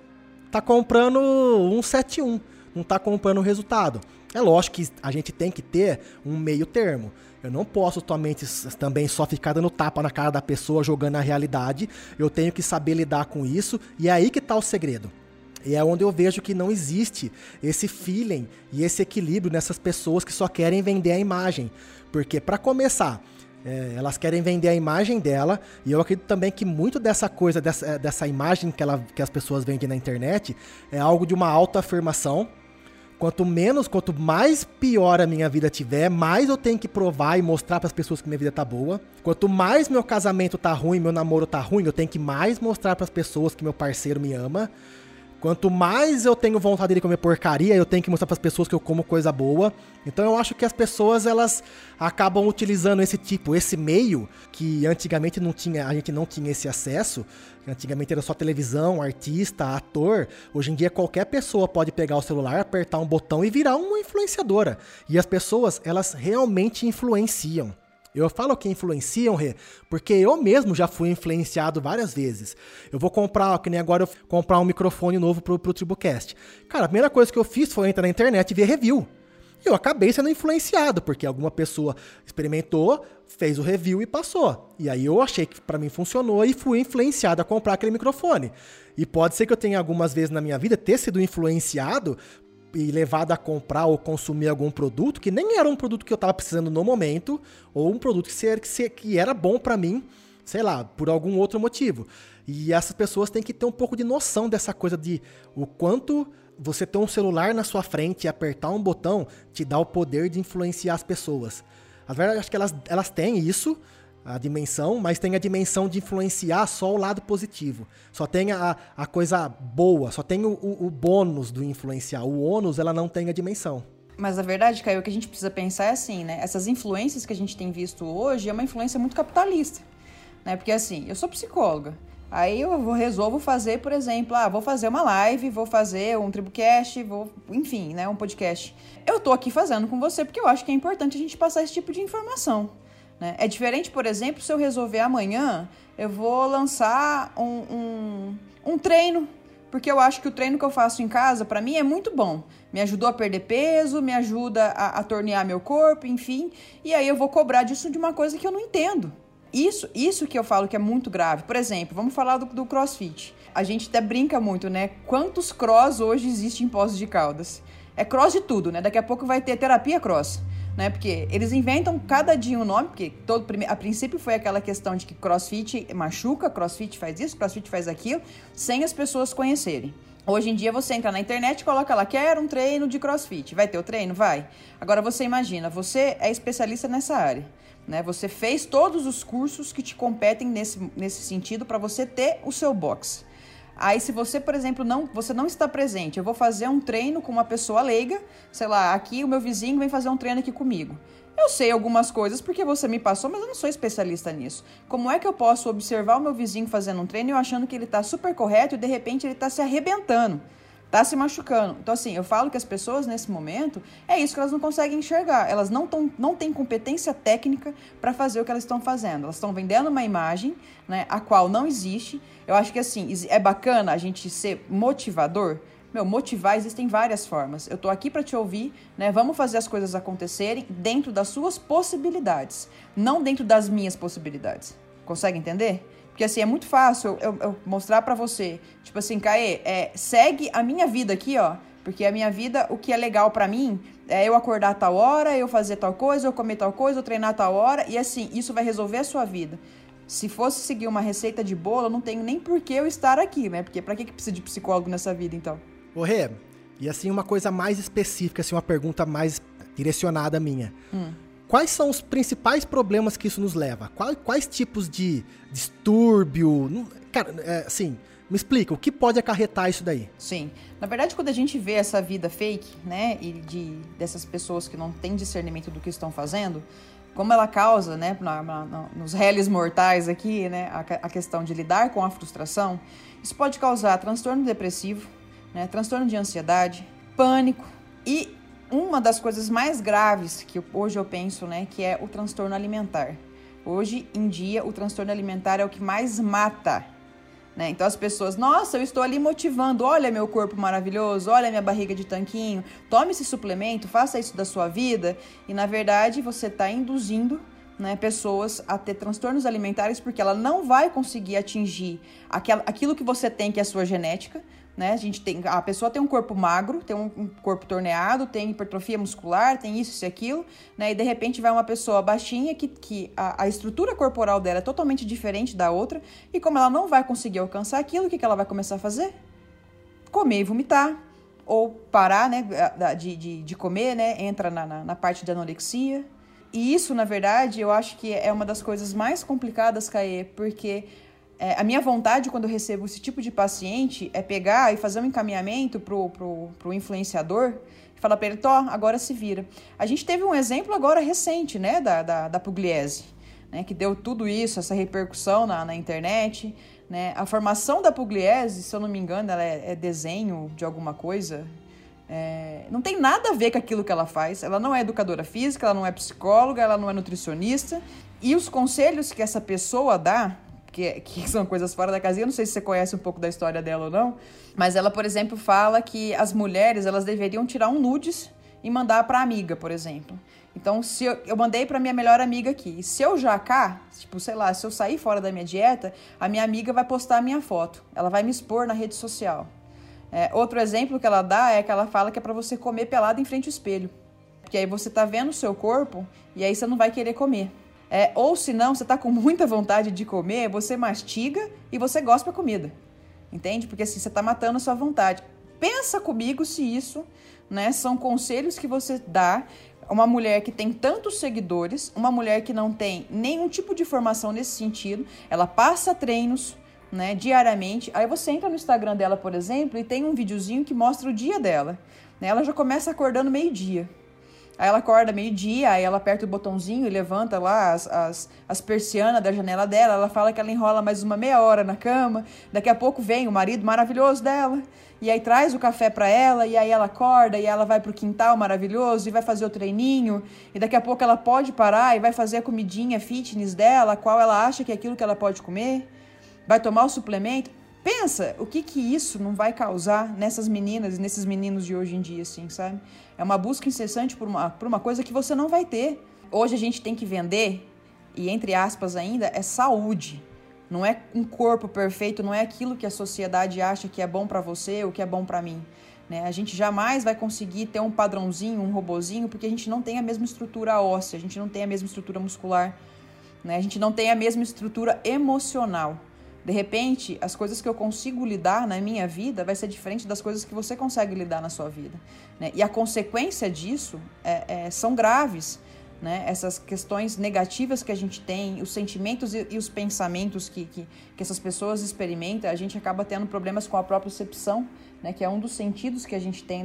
171, não tá comprando o resultado. É lógico que a gente tem que ter um meio termo. Eu não posso também só ficar dando tapa na cara da pessoa, jogando a realidade. Eu tenho que saber lidar com isso, e é aí que tá o segredo. E é onde eu vejo que não existe esse feeling e esse equilíbrio nessas pessoas que só querem vender a imagem. Porque, para começar, elas querem vender a imagem dela, e eu acredito também que muito dessa coisa, dessa imagem que as pessoas vendem na internet, é algo de uma autoafirmação. Quanto mais pior a minha vida tiver, mais eu tenho que provar e mostrar para as pessoas que minha vida tá boa. Quanto mais meu casamento tá ruim, meu namoro tá ruim, eu tenho que mais mostrar para as pessoas que meu parceiro me ama. Quanto mais eu tenho vontade de comer porcaria, eu tenho que mostrar para as pessoas que eu como coisa boa. Então eu acho que as pessoas, elas acabam utilizando esse meio, que antigamente a gente não tinha esse acesso. Antigamente era só televisão, artista, ator. Hoje em dia qualquer pessoa pode pegar o celular, apertar um botão e virar uma influenciadora. E as pessoas, elas realmente influenciam. Eu falo que influenciam, Rê, porque eu mesmo já fui influenciado várias vezes. Eu vou comprar, que nem agora, comprar um microfone novo pro TribuCast. Cara, a primeira coisa que eu fiz foi entrar na internet e ver review. Eu acabei sendo influenciado, porque alguma pessoa experimentou, fez o review e passou. E aí eu achei que pra mim funcionou e fui influenciado a comprar aquele microfone. E pode ser que eu tenha algumas vezes na minha vida ter sido influenciado e levado a comprar ou consumir algum produto que nem era um produto que eu tava precisando no momento, ou um produto que era bom pra mim, sei lá, por algum outro motivo. E essas pessoas têm que ter um pouco de noção dessa coisa de o quanto você ter um celular na sua frente e apertar um botão te dá o poder de influenciar as pessoas. Na verdade, acho que elas têm isso, a dimensão, mas tem a dimensão de influenciar só o lado positivo. Só tem a coisa boa, só tem o bônus do influenciar. O ônus, ela não tem a dimensão. Mas a verdade, Caio, o que a gente precisa pensar é assim, né? Essas influências que a gente tem visto hoje é uma influência muito capitalista, né? Porque assim, eu sou psicóloga. Aí eu resolvo fazer, por exemplo, vou fazer uma live, vou fazer um TribuCast, enfim, né, um podcast. Eu tô aqui fazendo com você porque eu acho que é importante a gente passar esse tipo de informação, né? É diferente, por exemplo, se eu resolver amanhã, eu vou lançar um treino, porque eu acho que o treino que eu faço em casa, pra mim, é muito bom. Me ajudou a perder peso, me ajuda a tornear meu corpo, enfim. E aí eu vou cobrar disso de uma coisa que eu não entendo. Isso que eu falo que é muito grave. Por exemplo, vamos falar do CrossFit. A gente até brinca muito, né? Quantos cross hoje existem em Poços de Caldas? É cross de tudo, né? Daqui a pouco vai ter terapia cross, né? Porque eles inventam cada dia um nome, porque a princípio foi aquela questão de que CrossFit machuca, CrossFit faz isso, CrossFit faz aquilo, sem as pessoas conhecerem. Hoje em dia você entra na internet e coloca lá, quero um treino de CrossFit. Vai ter o treino? Vai. Agora você imagina, você é especialista nessa área, né? Você fez todos os cursos que te competem nesse sentido para você ter o seu box. Aí se você, por exemplo, você não está presente, eu vou fazer um treino com uma pessoa leiga, sei lá, aqui o meu vizinho vem fazer um treino aqui comigo. Eu sei algumas coisas porque você me passou, mas eu não sou especialista nisso. Como é que eu posso observar o meu vizinho fazendo um treino e eu achando que ele está super correto e de repente ele está se arrebentando, está se machucando? Então assim, eu falo que as pessoas nesse momento, é isso que elas não conseguem enxergar. Elas não têm competência técnica para fazer o que elas estão fazendo. Elas estão vendendo uma imagem, né, a qual não existe. Eu acho que assim, é bacana a gente ser motivador. Motivar existem várias formas. Eu tô aqui para te ouvir, né? Vamos fazer as coisas acontecerem dentro das suas possibilidades, não dentro das minhas possibilidades. Consegue entender? Porque assim, é muito fácil eu mostrar para você, tipo assim, Caê, segue a minha vida aqui, ó. Porque a minha vida, o que é legal para mim, é eu acordar a tal hora, eu fazer tal coisa, eu comer tal coisa, eu treinar a tal hora, e assim, isso vai resolver a sua vida. Se fosse seguir uma receita de bolo, eu não tenho nem por que eu estar aqui, né? Porque pra que precisa de psicólogo nessa vida, então? Ô Rê, e assim uma coisa mais específica, assim, uma pergunta mais direcionada minha. Quais são os principais problemas que isso nos leva? Quais tipos de distúrbio? Cara, assim, me explica, o que pode acarretar isso daí? Sim. Na verdade, quando a gente vê essa vida fake, né, e dessas pessoas que não têm discernimento do que estão fazendo, como ela causa, né, nos réis mortais aqui, né, a questão de lidar com a frustração, isso pode causar transtorno depressivo, né, transtorno de ansiedade, pânico e uma das coisas mais graves que hoje eu penso, né, que é o transtorno alimentar. Hoje em dia, o transtorno alimentar é o que mais mata, né? Então as pessoas, nossa, eu estou ali motivando, olha meu corpo maravilhoso, olha minha barriga de tanquinho, tome esse suplemento, faça isso da sua vida, e na verdade você está induzindo, né, pessoas a ter transtornos alimentares porque ela não vai conseguir atingir aquilo que você tem, que é a sua genética, né? A pessoa tem um corpo magro, tem um corpo torneado, tem hipertrofia muscular, tem isso e aquilo, né? E de repente vai uma pessoa baixinha que a estrutura corporal dela é totalmente diferente da outra, e como ela não vai conseguir alcançar aquilo, o que ela vai começar a fazer? Comer e vomitar, ou parar, né, de comer, né? Entra na parte de anorexia. E isso, na verdade, eu acho que é uma das coisas mais complicadas, Caê, porque A minha vontade, quando eu recebo esse tipo de paciente, é pegar e fazer um encaminhamento pro influenciador e falar para ele, agora se vira. A gente teve um exemplo agora recente, né, da Pugliese, né, que deu tudo isso, essa repercussão na internet, né? A formação da Pugliese, se eu não me engano, ela é desenho de alguma coisa. Não tem nada a ver com aquilo que ela faz. Ela não é educadora física, ela não é psicóloga, ela não é nutricionista. E os conselhos que essa pessoa dá, que são coisas fora da casinha, não sei se você conhece um pouco da história dela ou não, mas ela, por exemplo, fala que as mulheres, elas deveriam tirar um nudes e mandar para amiga, por exemplo. Então, se eu mandei para minha melhor amiga aqui, e se eu jacar, tipo, sei lá, se eu sair fora da minha dieta, a minha amiga vai postar a minha foto, ela vai me expor na rede social. Outro exemplo que ela dá é que ela fala que é para você comer pelado em frente ao espelho, porque aí você tá vendo o seu corpo e aí você não vai querer comer. Ou se não, você tá com muita vontade de comer, você mastiga e você gospe a comida, entende? Porque assim, você tá matando a sua vontade. Pensa comigo se isso, né, são conselhos que você dá a uma mulher que tem tantos seguidores, uma mulher que não tem nenhum tipo de formação nesse sentido, ela passa treinos, né, diariamente. Aí você entra no Instagram dela, por exemplo, e tem um videozinho que mostra o dia dela, né? Ela já começa acordando meio-dia. Aí ela acorda meio-dia, aí ela aperta o botãozinho e levanta lá as persianas da janela dela. Ela fala que ela enrola mais uma meia hora na cama. Daqui a pouco vem o marido maravilhoso dela. E aí traz o café para ela, e aí ela acorda, e ela vai pro quintal maravilhoso, e vai fazer o treininho. E daqui a pouco ela pode parar e vai fazer a comidinha fitness dela, qual ela acha que é aquilo que ela pode comer. Vai tomar o suplemento. Pensa o que isso não vai causar nessas meninas e nesses meninos de hoje em dia, assim, sabe? É uma busca incessante por uma coisa que você não vai ter. Hoje a gente tem que vender, e entre aspas ainda, é saúde. Não é um corpo perfeito, não é aquilo que a sociedade acha que é bom pra você ou que é bom pra mim, né? A gente jamais vai conseguir ter um padrãozinho, um robozinho, porque a gente não tem a mesma estrutura óssea, a gente não tem a mesma estrutura muscular, né? A gente não tem a mesma estrutura emocional. De repente, as coisas que eu consigo lidar na minha vida vai ser diferente das coisas que você consegue lidar na sua vida, né? E a consequência disso são graves, né? Essas questões negativas que a gente tem, os sentimentos e os pensamentos que essas pessoas experimentam, a gente acaba tendo problemas com a propriocepção, né? Que é um dos sentidos que a gente tem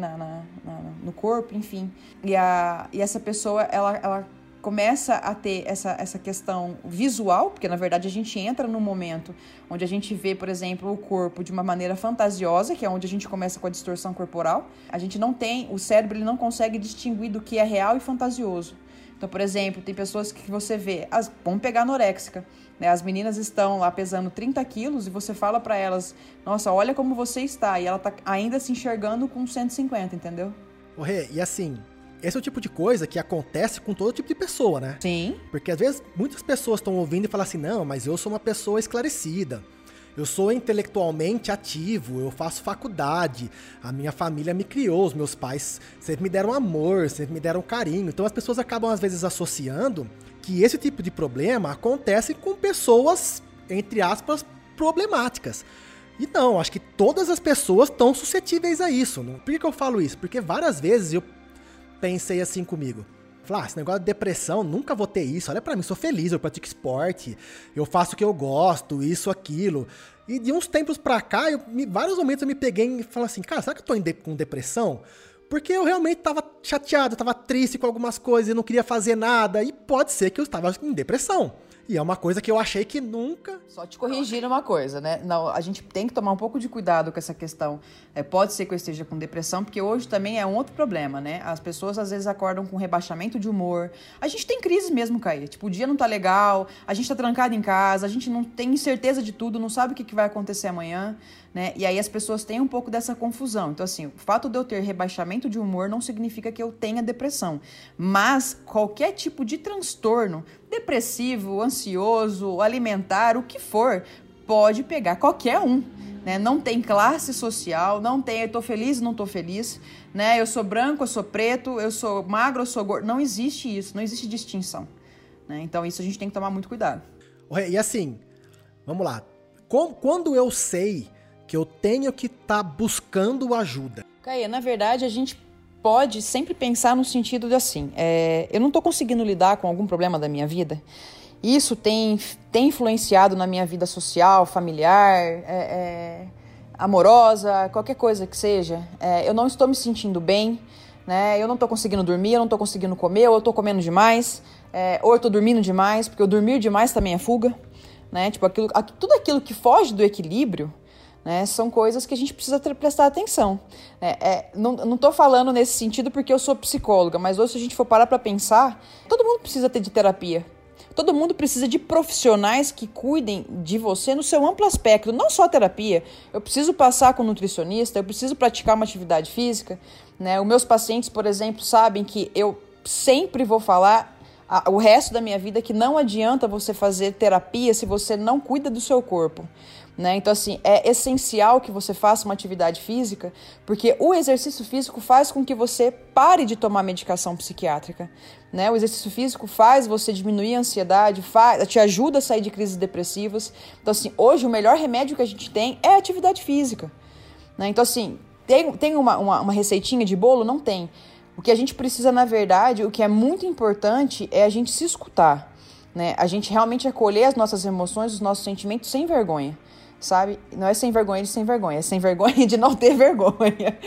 no corpo, enfim. E essa pessoa, ela começa a ter essa questão visual, porque na verdade a gente entra num momento onde a gente vê, por exemplo, o corpo de uma maneira fantasiosa, que é onde a gente começa com a distorção corporal. A gente não tem, o cérebro ele não consegue distinguir do que é real e fantasioso. Então, por exemplo, tem pessoas que você vê, vamos pegar anoréxica, né? As meninas estão lá pesando 30 quilos e você fala pra elas, nossa, olha como você está, e ela tá ainda se enxergando com 150, entendeu? Rê, e assim, esse é o tipo de coisa que acontece com todo tipo de pessoa, né? Sim. Porque às vezes muitas pessoas estão ouvindo e falam assim, não, mas eu sou uma pessoa esclarecida, eu sou intelectualmente ativo, eu faço faculdade, a minha família me criou, os meus pais sempre me deram amor, sempre me deram carinho. Então as pessoas acabam às vezes associando que esse tipo de problema acontece com pessoas, entre aspas, problemáticas. E não, acho que todas as pessoas estão suscetíveis a isso. Por que eu falo isso? Porque várias vezes eu pensei assim comigo. Falei, esse negócio de depressão, nunca vou ter isso. Olha pra mim, sou feliz, eu pratico esporte, eu faço o que eu gosto, isso, aquilo. E de uns tempos pra cá, vários momentos eu me peguei e falei assim, cara, será que eu tô com depressão? Porque eu realmente tava chateado, tava triste com algumas coisas e não queria fazer nada. E pode ser que eu estava em depressão. E é uma coisa que eu achei que nunca... Só te corrigir uma coisa, né? Não, a gente tem que tomar um pouco de cuidado com essa questão. Pode ser que eu esteja com depressão, porque hoje também é um outro problema, né? As pessoas às vezes acordam com rebaixamento de humor. A gente tem crise mesmo, Caí. Tipo, o dia não tá legal, a gente tá trancado em casa, a gente não tem certeza de tudo, não sabe o que vai acontecer amanhã, né? E aí as pessoas têm um pouco dessa confusão. Então, assim, o fato de eu ter rebaixamento de humor não significa que eu tenha depressão. Mas qualquer tipo de transtorno, depressivo, ansioso, alimentar, o que for, pode pegar qualquer um, né? Não tem classe social, não tem eu tô feliz, não tô feliz, né? Eu sou branco, eu sou preto, eu sou magro, eu sou gordo. Não existe isso, não existe distinção, né? Então isso a gente tem que tomar muito cuidado. E assim, vamos lá. Quando eu sei que eu tenho que estar buscando ajuda? Caí, na verdade a gente pode sempre pensar no sentido de assim, eu não tô conseguindo lidar com algum problema da minha vida isso tem influenciado na minha vida social, familiar, amorosa, qualquer coisa que seja. Eu não estou me sentindo bem, né? Eu não estou conseguindo dormir, eu não estou conseguindo comer, ou eu estou comendo demais, ou eu estou dormindo demais, porque o dormir demais também é fuga, né? Tipo, tudo aquilo que foge do equilíbrio, né, são coisas que a gente precisa prestar atenção. Não estou falando nesse sentido porque eu sou psicóloga, mas hoje, se a gente for parar para pensar, todo mundo precisa ter de terapia. Todo mundo precisa de profissionais que cuidem de você no seu amplo aspecto, não só a terapia. Eu preciso passar com um nutricionista, eu preciso praticar uma atividade física, né? Os meus pacientes, por exemplo, sabem que eu sempre vou falar o resto da minha vida que não adianta você fazer terapia se você não cuida do seu corpo. Né? Então, assim, é essencial que você faça uma atividade física, porque o exercício físico faz com que você pare de tomar medicação psiquiátrica. Né? O exercício físico faz você diminuir a ansiedade, te ajuda a sair de crises depressivas. Então, assim, hoje o melhor remédio que a gente tem é a atividade física. Né? Então, assim, tem uma receitinha de bolo? Não tem. O que a gente precisa, na verdade, o que é muito importante é a gente se escutar. Né? A gente realmente acolher as nossas emoções, os nossos sentimentos sem vergonha. Sabe? Não é sem vergonha de sem vergonha, é sem vergonha de não ter vergonha.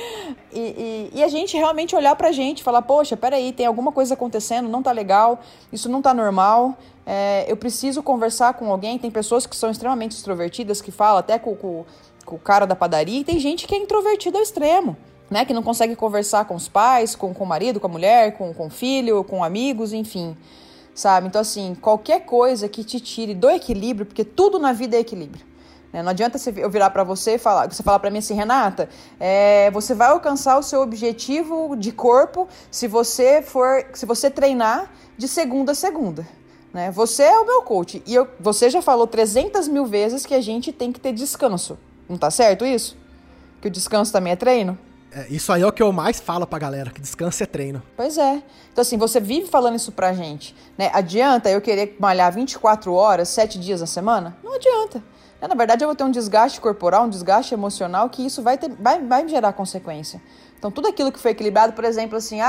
E a gente realmente olhar pra gente e falar, poxa, peraí, tem alguma coisa acontecendo, não tá legal, isso não tá normal, eu preciso conversar com alguém. Tem pessoas que são extremamente extrovertidas, que falam até com o cara da padaria, e tem gente que é introvertida ao extremo, né? Que não consegue conversar com os pais, com o marido, com a mulher, com o filho, com amigos, enfim. Sabe? Então, assim, qualquer coisa que te tire do equilíbrio, porque tudo na vida é equilíbrio. Não adianta eu virar para você e você falar para mim assim, Renata, você vai alcançar o seu objetivo de corpo se você treinar de segunda a segunda. Né? Você é o meu coach e você já falou 300 mil vezes que a gente tem que ter descanso. Não tá certo isso? Que o descanso também é treino? Isso aí é o que eu mais falo pra galera, que descanso é treino. Pois é. Então, assim, você vive falando isso pra gente. Né? Adianta eu querer malhar 24 horas, 7 dias na semana? Não adianta. Na verdade, eu vou ter um desgaste corporal, um desgaste emocional, que isso vai me gerar consequência. Então, tudo aquilo que foi equilibrado, por exemplo, assim,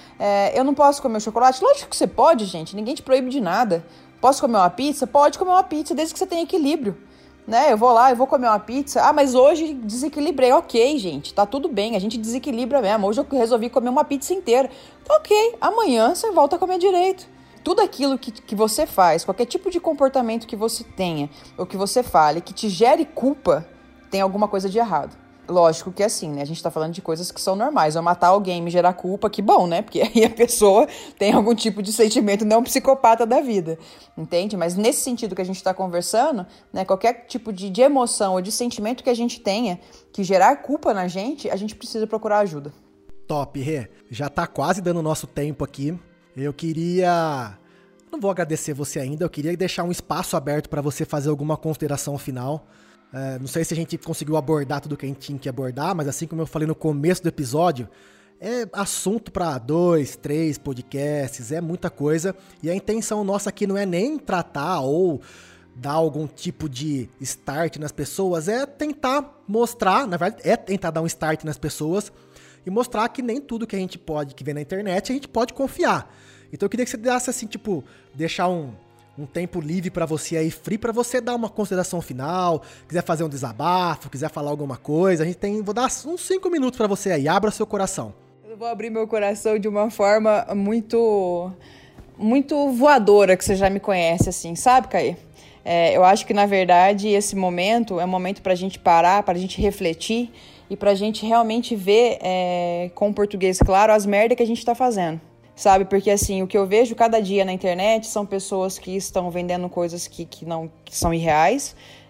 eu não posso comer chocolate. Lógico que você pode, gente, ninguém te proíbe de nada. Posso comer uma pizza? Pode comer uma pizza, desde que você tenha equilíbrio. Né? Eu vou comer uma pizza. Mas hoje desequilibrei. Ok, gente, tá tudo bem, a gente desequilibra mesmo. Hoje eu resolvi comer uma pizza inteira. Tá ok, amanhã você volta a comer direito. Tudo aquilo que você faz, qualquer tipo de comportamento que você tenha ou que você fale, que te gere culpa, tem alguma coisa de errado. Lógico que é assim, né? A gente tá falando de coisas que são normais. Eu matar alguém e me gerar culpa, que bom, né? Porque aí a pessoa tem algum tipo de sentimento, não psicopata da vida, entende? Mas nesse sentido que a gente tá conversando, né? Qualquer tipo de emoção ou de sentimento que a gente tenha, que gerar culpa na gente, a gente precisa procurar ajuda. Top, Rê. Já tá quase dando nosso tempo aqui. Eu queria... Não vou agradecer você ainda, eu queria deixar um espaço aberto para você fazer alguma consideração final. Não sei se a gente conseguiu abordar tudo que a gente tinha que abordar, mas assim como eu falei no começo do episódio, é assunto para 2, 3 podcasts, é muita coisa. E a intenção nossa aqui não é nem tratar ou dar algum tipo de start nas pessoas, é tentar mostrar, na verdade, é tentar dar um start nas pessoas e mostrar que nem tudo que a gente pode, que vê na internet, a gente pode confiar. Então eu queria que você desse assim, tipo, deixar um tempo livre pra você aí, free, pra você dar uma consideração final, quiser fazer um desabafo, quiser falar alguma coisa, vou dar uns 5 minutos pra você aí, abra seu coração. Eu vou abrir meu coração de uma forma muito, muito voadora, que você já me conhece, assim, sabe, Caê? Eu acho que, na verdade, esse momento é um momento pra gente parar, pra gente refletir e pra gente realmente ver, com o português claro, as merdas que a gente tá fazendo. Sabe, porque assim, o que eu vejo cada dia na internet são pessoas que estão vendendo coisas que são irreais,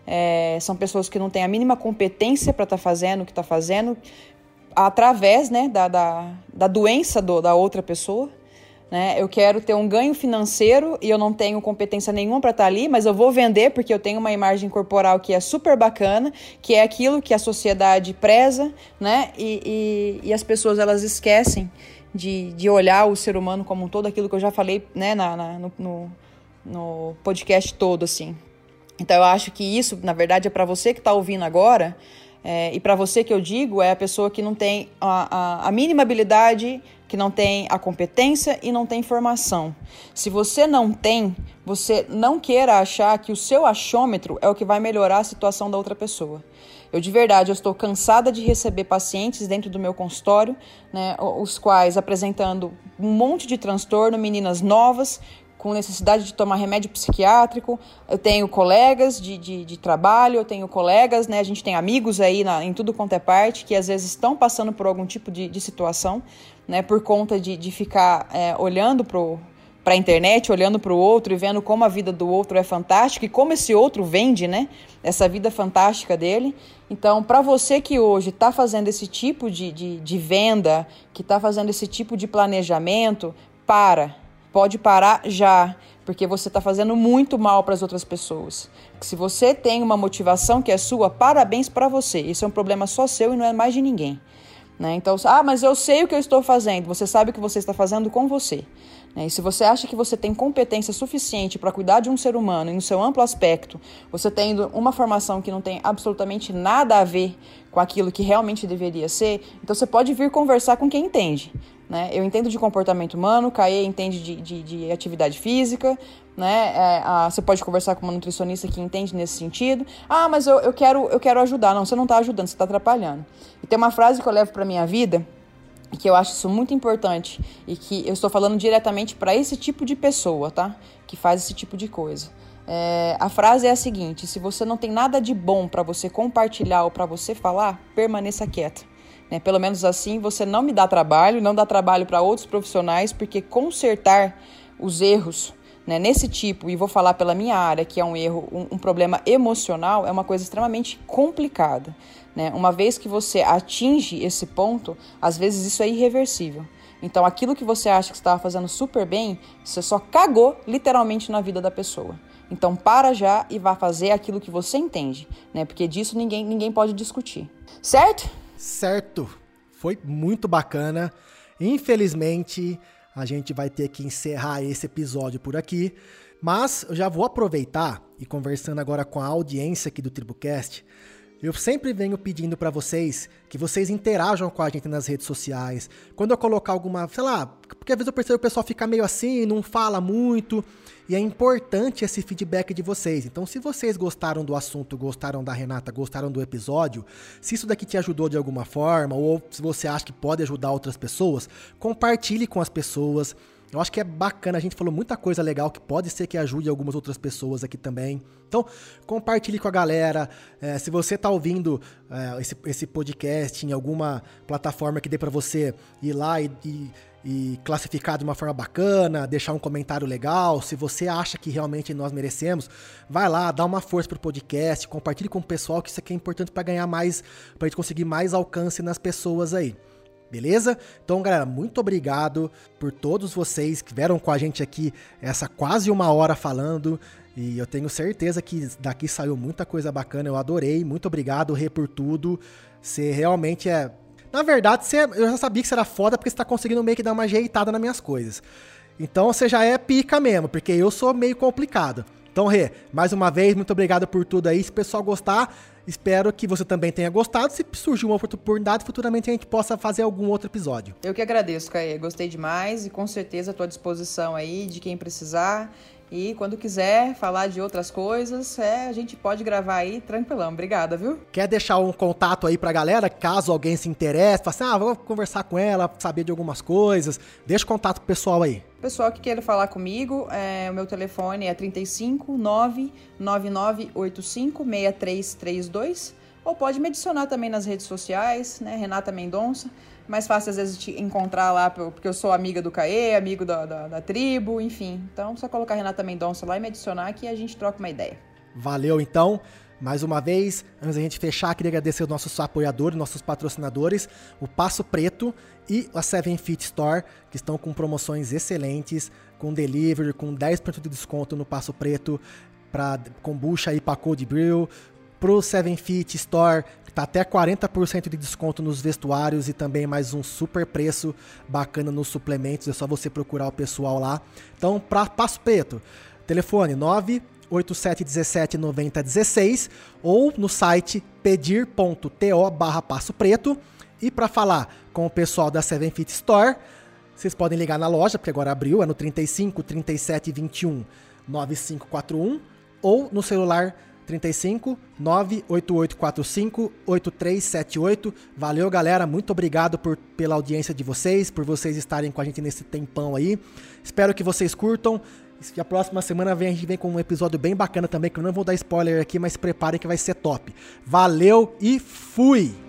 são pessoas que não têm a mínima competência para estar fazendo o que está fazendo, através, né, da doença da outra pessoa. Né? Eu quero ter um ganho financeiro e eu não tenho competência nenhuma para estar ali, mas eu vou vender porque eu tenho uma imagem corporal que é super bacana, que é aquilo que a sociedade preza, né? E as pessoas, elas esquecem de olhar o ser humano como um todo, aquilo que eu já falei, né, no podcast todo, assim. Então, eu acho que isso, na verdade, é para você que está ouvindo agora, E para você que eu digo, é a pessoa que não tem a mínima habilidade, que não tem a competência e não tem formação. Se você não tem, você não queira achar que o seu achômetro é o que vai melhorar a situação da outra pessoa. Eu, de verdade, eu estou cansada de receber pacientes dentro do meu consultório, né, os quais apresentando um monte de transtorno, meninas novas, com necessidade de tomar remédio psiquiátrico. Eu tenho colegas de trabalho, eu tenho colegas, né, a gente tem amigos aí em tudo quanto é parte, que às vezes estão passando por algum tipo de situação, né, por conta de ficar olhando para a internet, olhando para o outro e vendo como a vida do outro é fantástica e como esse outro vende, né, essa vida fantástica dele. Então, para você que hoje está fazendo esse tipo de venda, que está fazendo esse tipo de planejamento, pode parar já, porque você está fazendo muito mal para as outras pessoas. Se você tem uma motivação que é sua, parabéns para você. Isso é um problema só seu e não é mais de ninguém. Né? Então, mas eu sei o que eu estou fazendo. Você sabe o que você está fazendo com você. Né? E se você acha que você tem competência suficiente para cuidar de um ser humano no seu amplo aspecto, você tendo uma formação que não tem absolutamente nada a ver com aquilo que realmente deveria ser, então você pode vir conversar com quem entende. Né? Eu entendo de comportamento humano, Caê entende de atividade física, né? Você pode conversar com uma nutricionista que entende nesse sentido. Mas eu quero ajudar. Não, você não está ajudando, você está atrapalhando. E tem uma frase que eu levo para a minha vida, e que eu acho isso muito importante, e que eu estou falando diretamente para esse tipo de pessoa, tá? Que faz esse tipo de coisa. A frase é a seguinte: se você não tem nada de bom para você compartilhar ou para você falar, permaneça quieta. Né? Pelo menos assim você não me dá trabalho, não dá trabalho para outros profissionais, porque consertar os erros, né, nesse tipo, e vou falar pela minha área, que é um erro, um problema emocional, é uma coisa extremamente complicada. Né? Uma vez que você atinge esse ponto, às vezes isso é irreversível. Então aquilo que você acha que você estava fazendo super bem, você só cagou literalmente na vida da pessoa. Então para já e vá fazer aquilo que você entende, né? Porque disso ninguém pode discutir. Certo? Certo, foi muito bacana. Infelizmente, a gente vai ter que encerrar esse episódio por aqui, mas eu já vou aproveitar e conversando agora com a audiência aqui do TribuCast, eu sempre venho pedindo para vocês que vocês interajam com a gente nas redes sociais. Quando eu colocar alguma, sei lá, porque às vezes eu percebo que o pessoal fica meio assim, não fala muito, e é importante esse feedback de vocês. Então, se vocês gostaram do assunto, gostaram da Renata, gostaram do episódio, se isso daqui te ajudou de alguma forma, ou se você acha que pode ajudar outras pessoas, compartilhe com as pessoas. Eu acho que é bacana, a gente falou muita coisa legal que pode ser que ajude algumas outras pessoas aqui também. Então, compartilhe com a galera. Se você está ouvindo esse podcast em alguma plataforma que dê para você ir lá e classificar de uma forma bacana, deixar um comentário legal, se você acha que realmente nós merecemos, vai lá, dá uma força pro podcast, compartilhe com o pessoal, que isso aqui é importante para ganhar mais, pra gente conseguir mais alcance nas pessoas aí. Beleza? Então, galera, muito obrigado por todos vocês que vieram com a gente aqui essa quase 1 hora falando, e eu tenho certeza que daqui saiu muita coisa bacana, eu adorei, muito obrigado, Rê, por tudo. Você realmente é... Na verdade, eu já sabia que você era foda porque você tá conseguindo meio que dar uma ajeitada nas minhas coisas. Então, você já é pica mesmo, porque eu sou meio complicado. Então, Rê, mais uma vez, muito obrigado por tudo aí. Se o pessoal gostar, espero que você também tenha gostado. Se surgir uma outra oportunidade, futuramente a gente possa fazer algum outro episódio. Eu que agradeço, Caê. Gostei demais e com certeza estou à disposição aí de quem precisar. E quando quiser falar de outras coisas, a gente pode gravar aí tranquilão. Obrigada, viu? Quer deixar um contato aí pra galera, caso alguém se interesse, fala assim, vou conversar com ela, saber de algumas coisas. Deixa o contato pro pessoal aí. Pessoal que queira falar comigo, o meu telefone é 35 99985 6332, ou pode me adicionar também nas redes sociais, né, Renata Mendonça. Mais fácil às vezes te encontrar lá, porque eu sou amiga do Caê, amigo da tribo, enfim. Então, só colocar Renata Mendonça lá e me adicionar que a gente troca uma ideia. Valeu, então. Mais uma vez, antes da gente fechar, queria agradecer os nossos apoiadores, nossos patrocinadores, o Passo Preto e a 7fit Store, que estão com promoções excelentes, com delivery, com 10% de desconto no Passo Preto, para kombucha e para cold brew, pro 7fit Store, que tá até 40% de desconto nos vestuários e também mais um super preço bacana nos suplementos, é só você procurar o pessoal lá. Então, para Passo Preto, telefone 987179016 ou no site pedir.to/Passo Preto. E para falar com o pessoal da 7fit Store, vocês podem ligar na loja, porque agora abriu, é no 35 37 21 9541 ou no celular 35 98845 8378. Valeu, galera, muito obrigado pela audiência de vocês, por vocês estarem com a gente nesse tempão aí. Espero que vocês curtam. E a próxima semana a gente vem com um episódio bem bacana também, que eu não vou dar spoiler aqui, mas se preparem que vai ser top. Valeu e fui!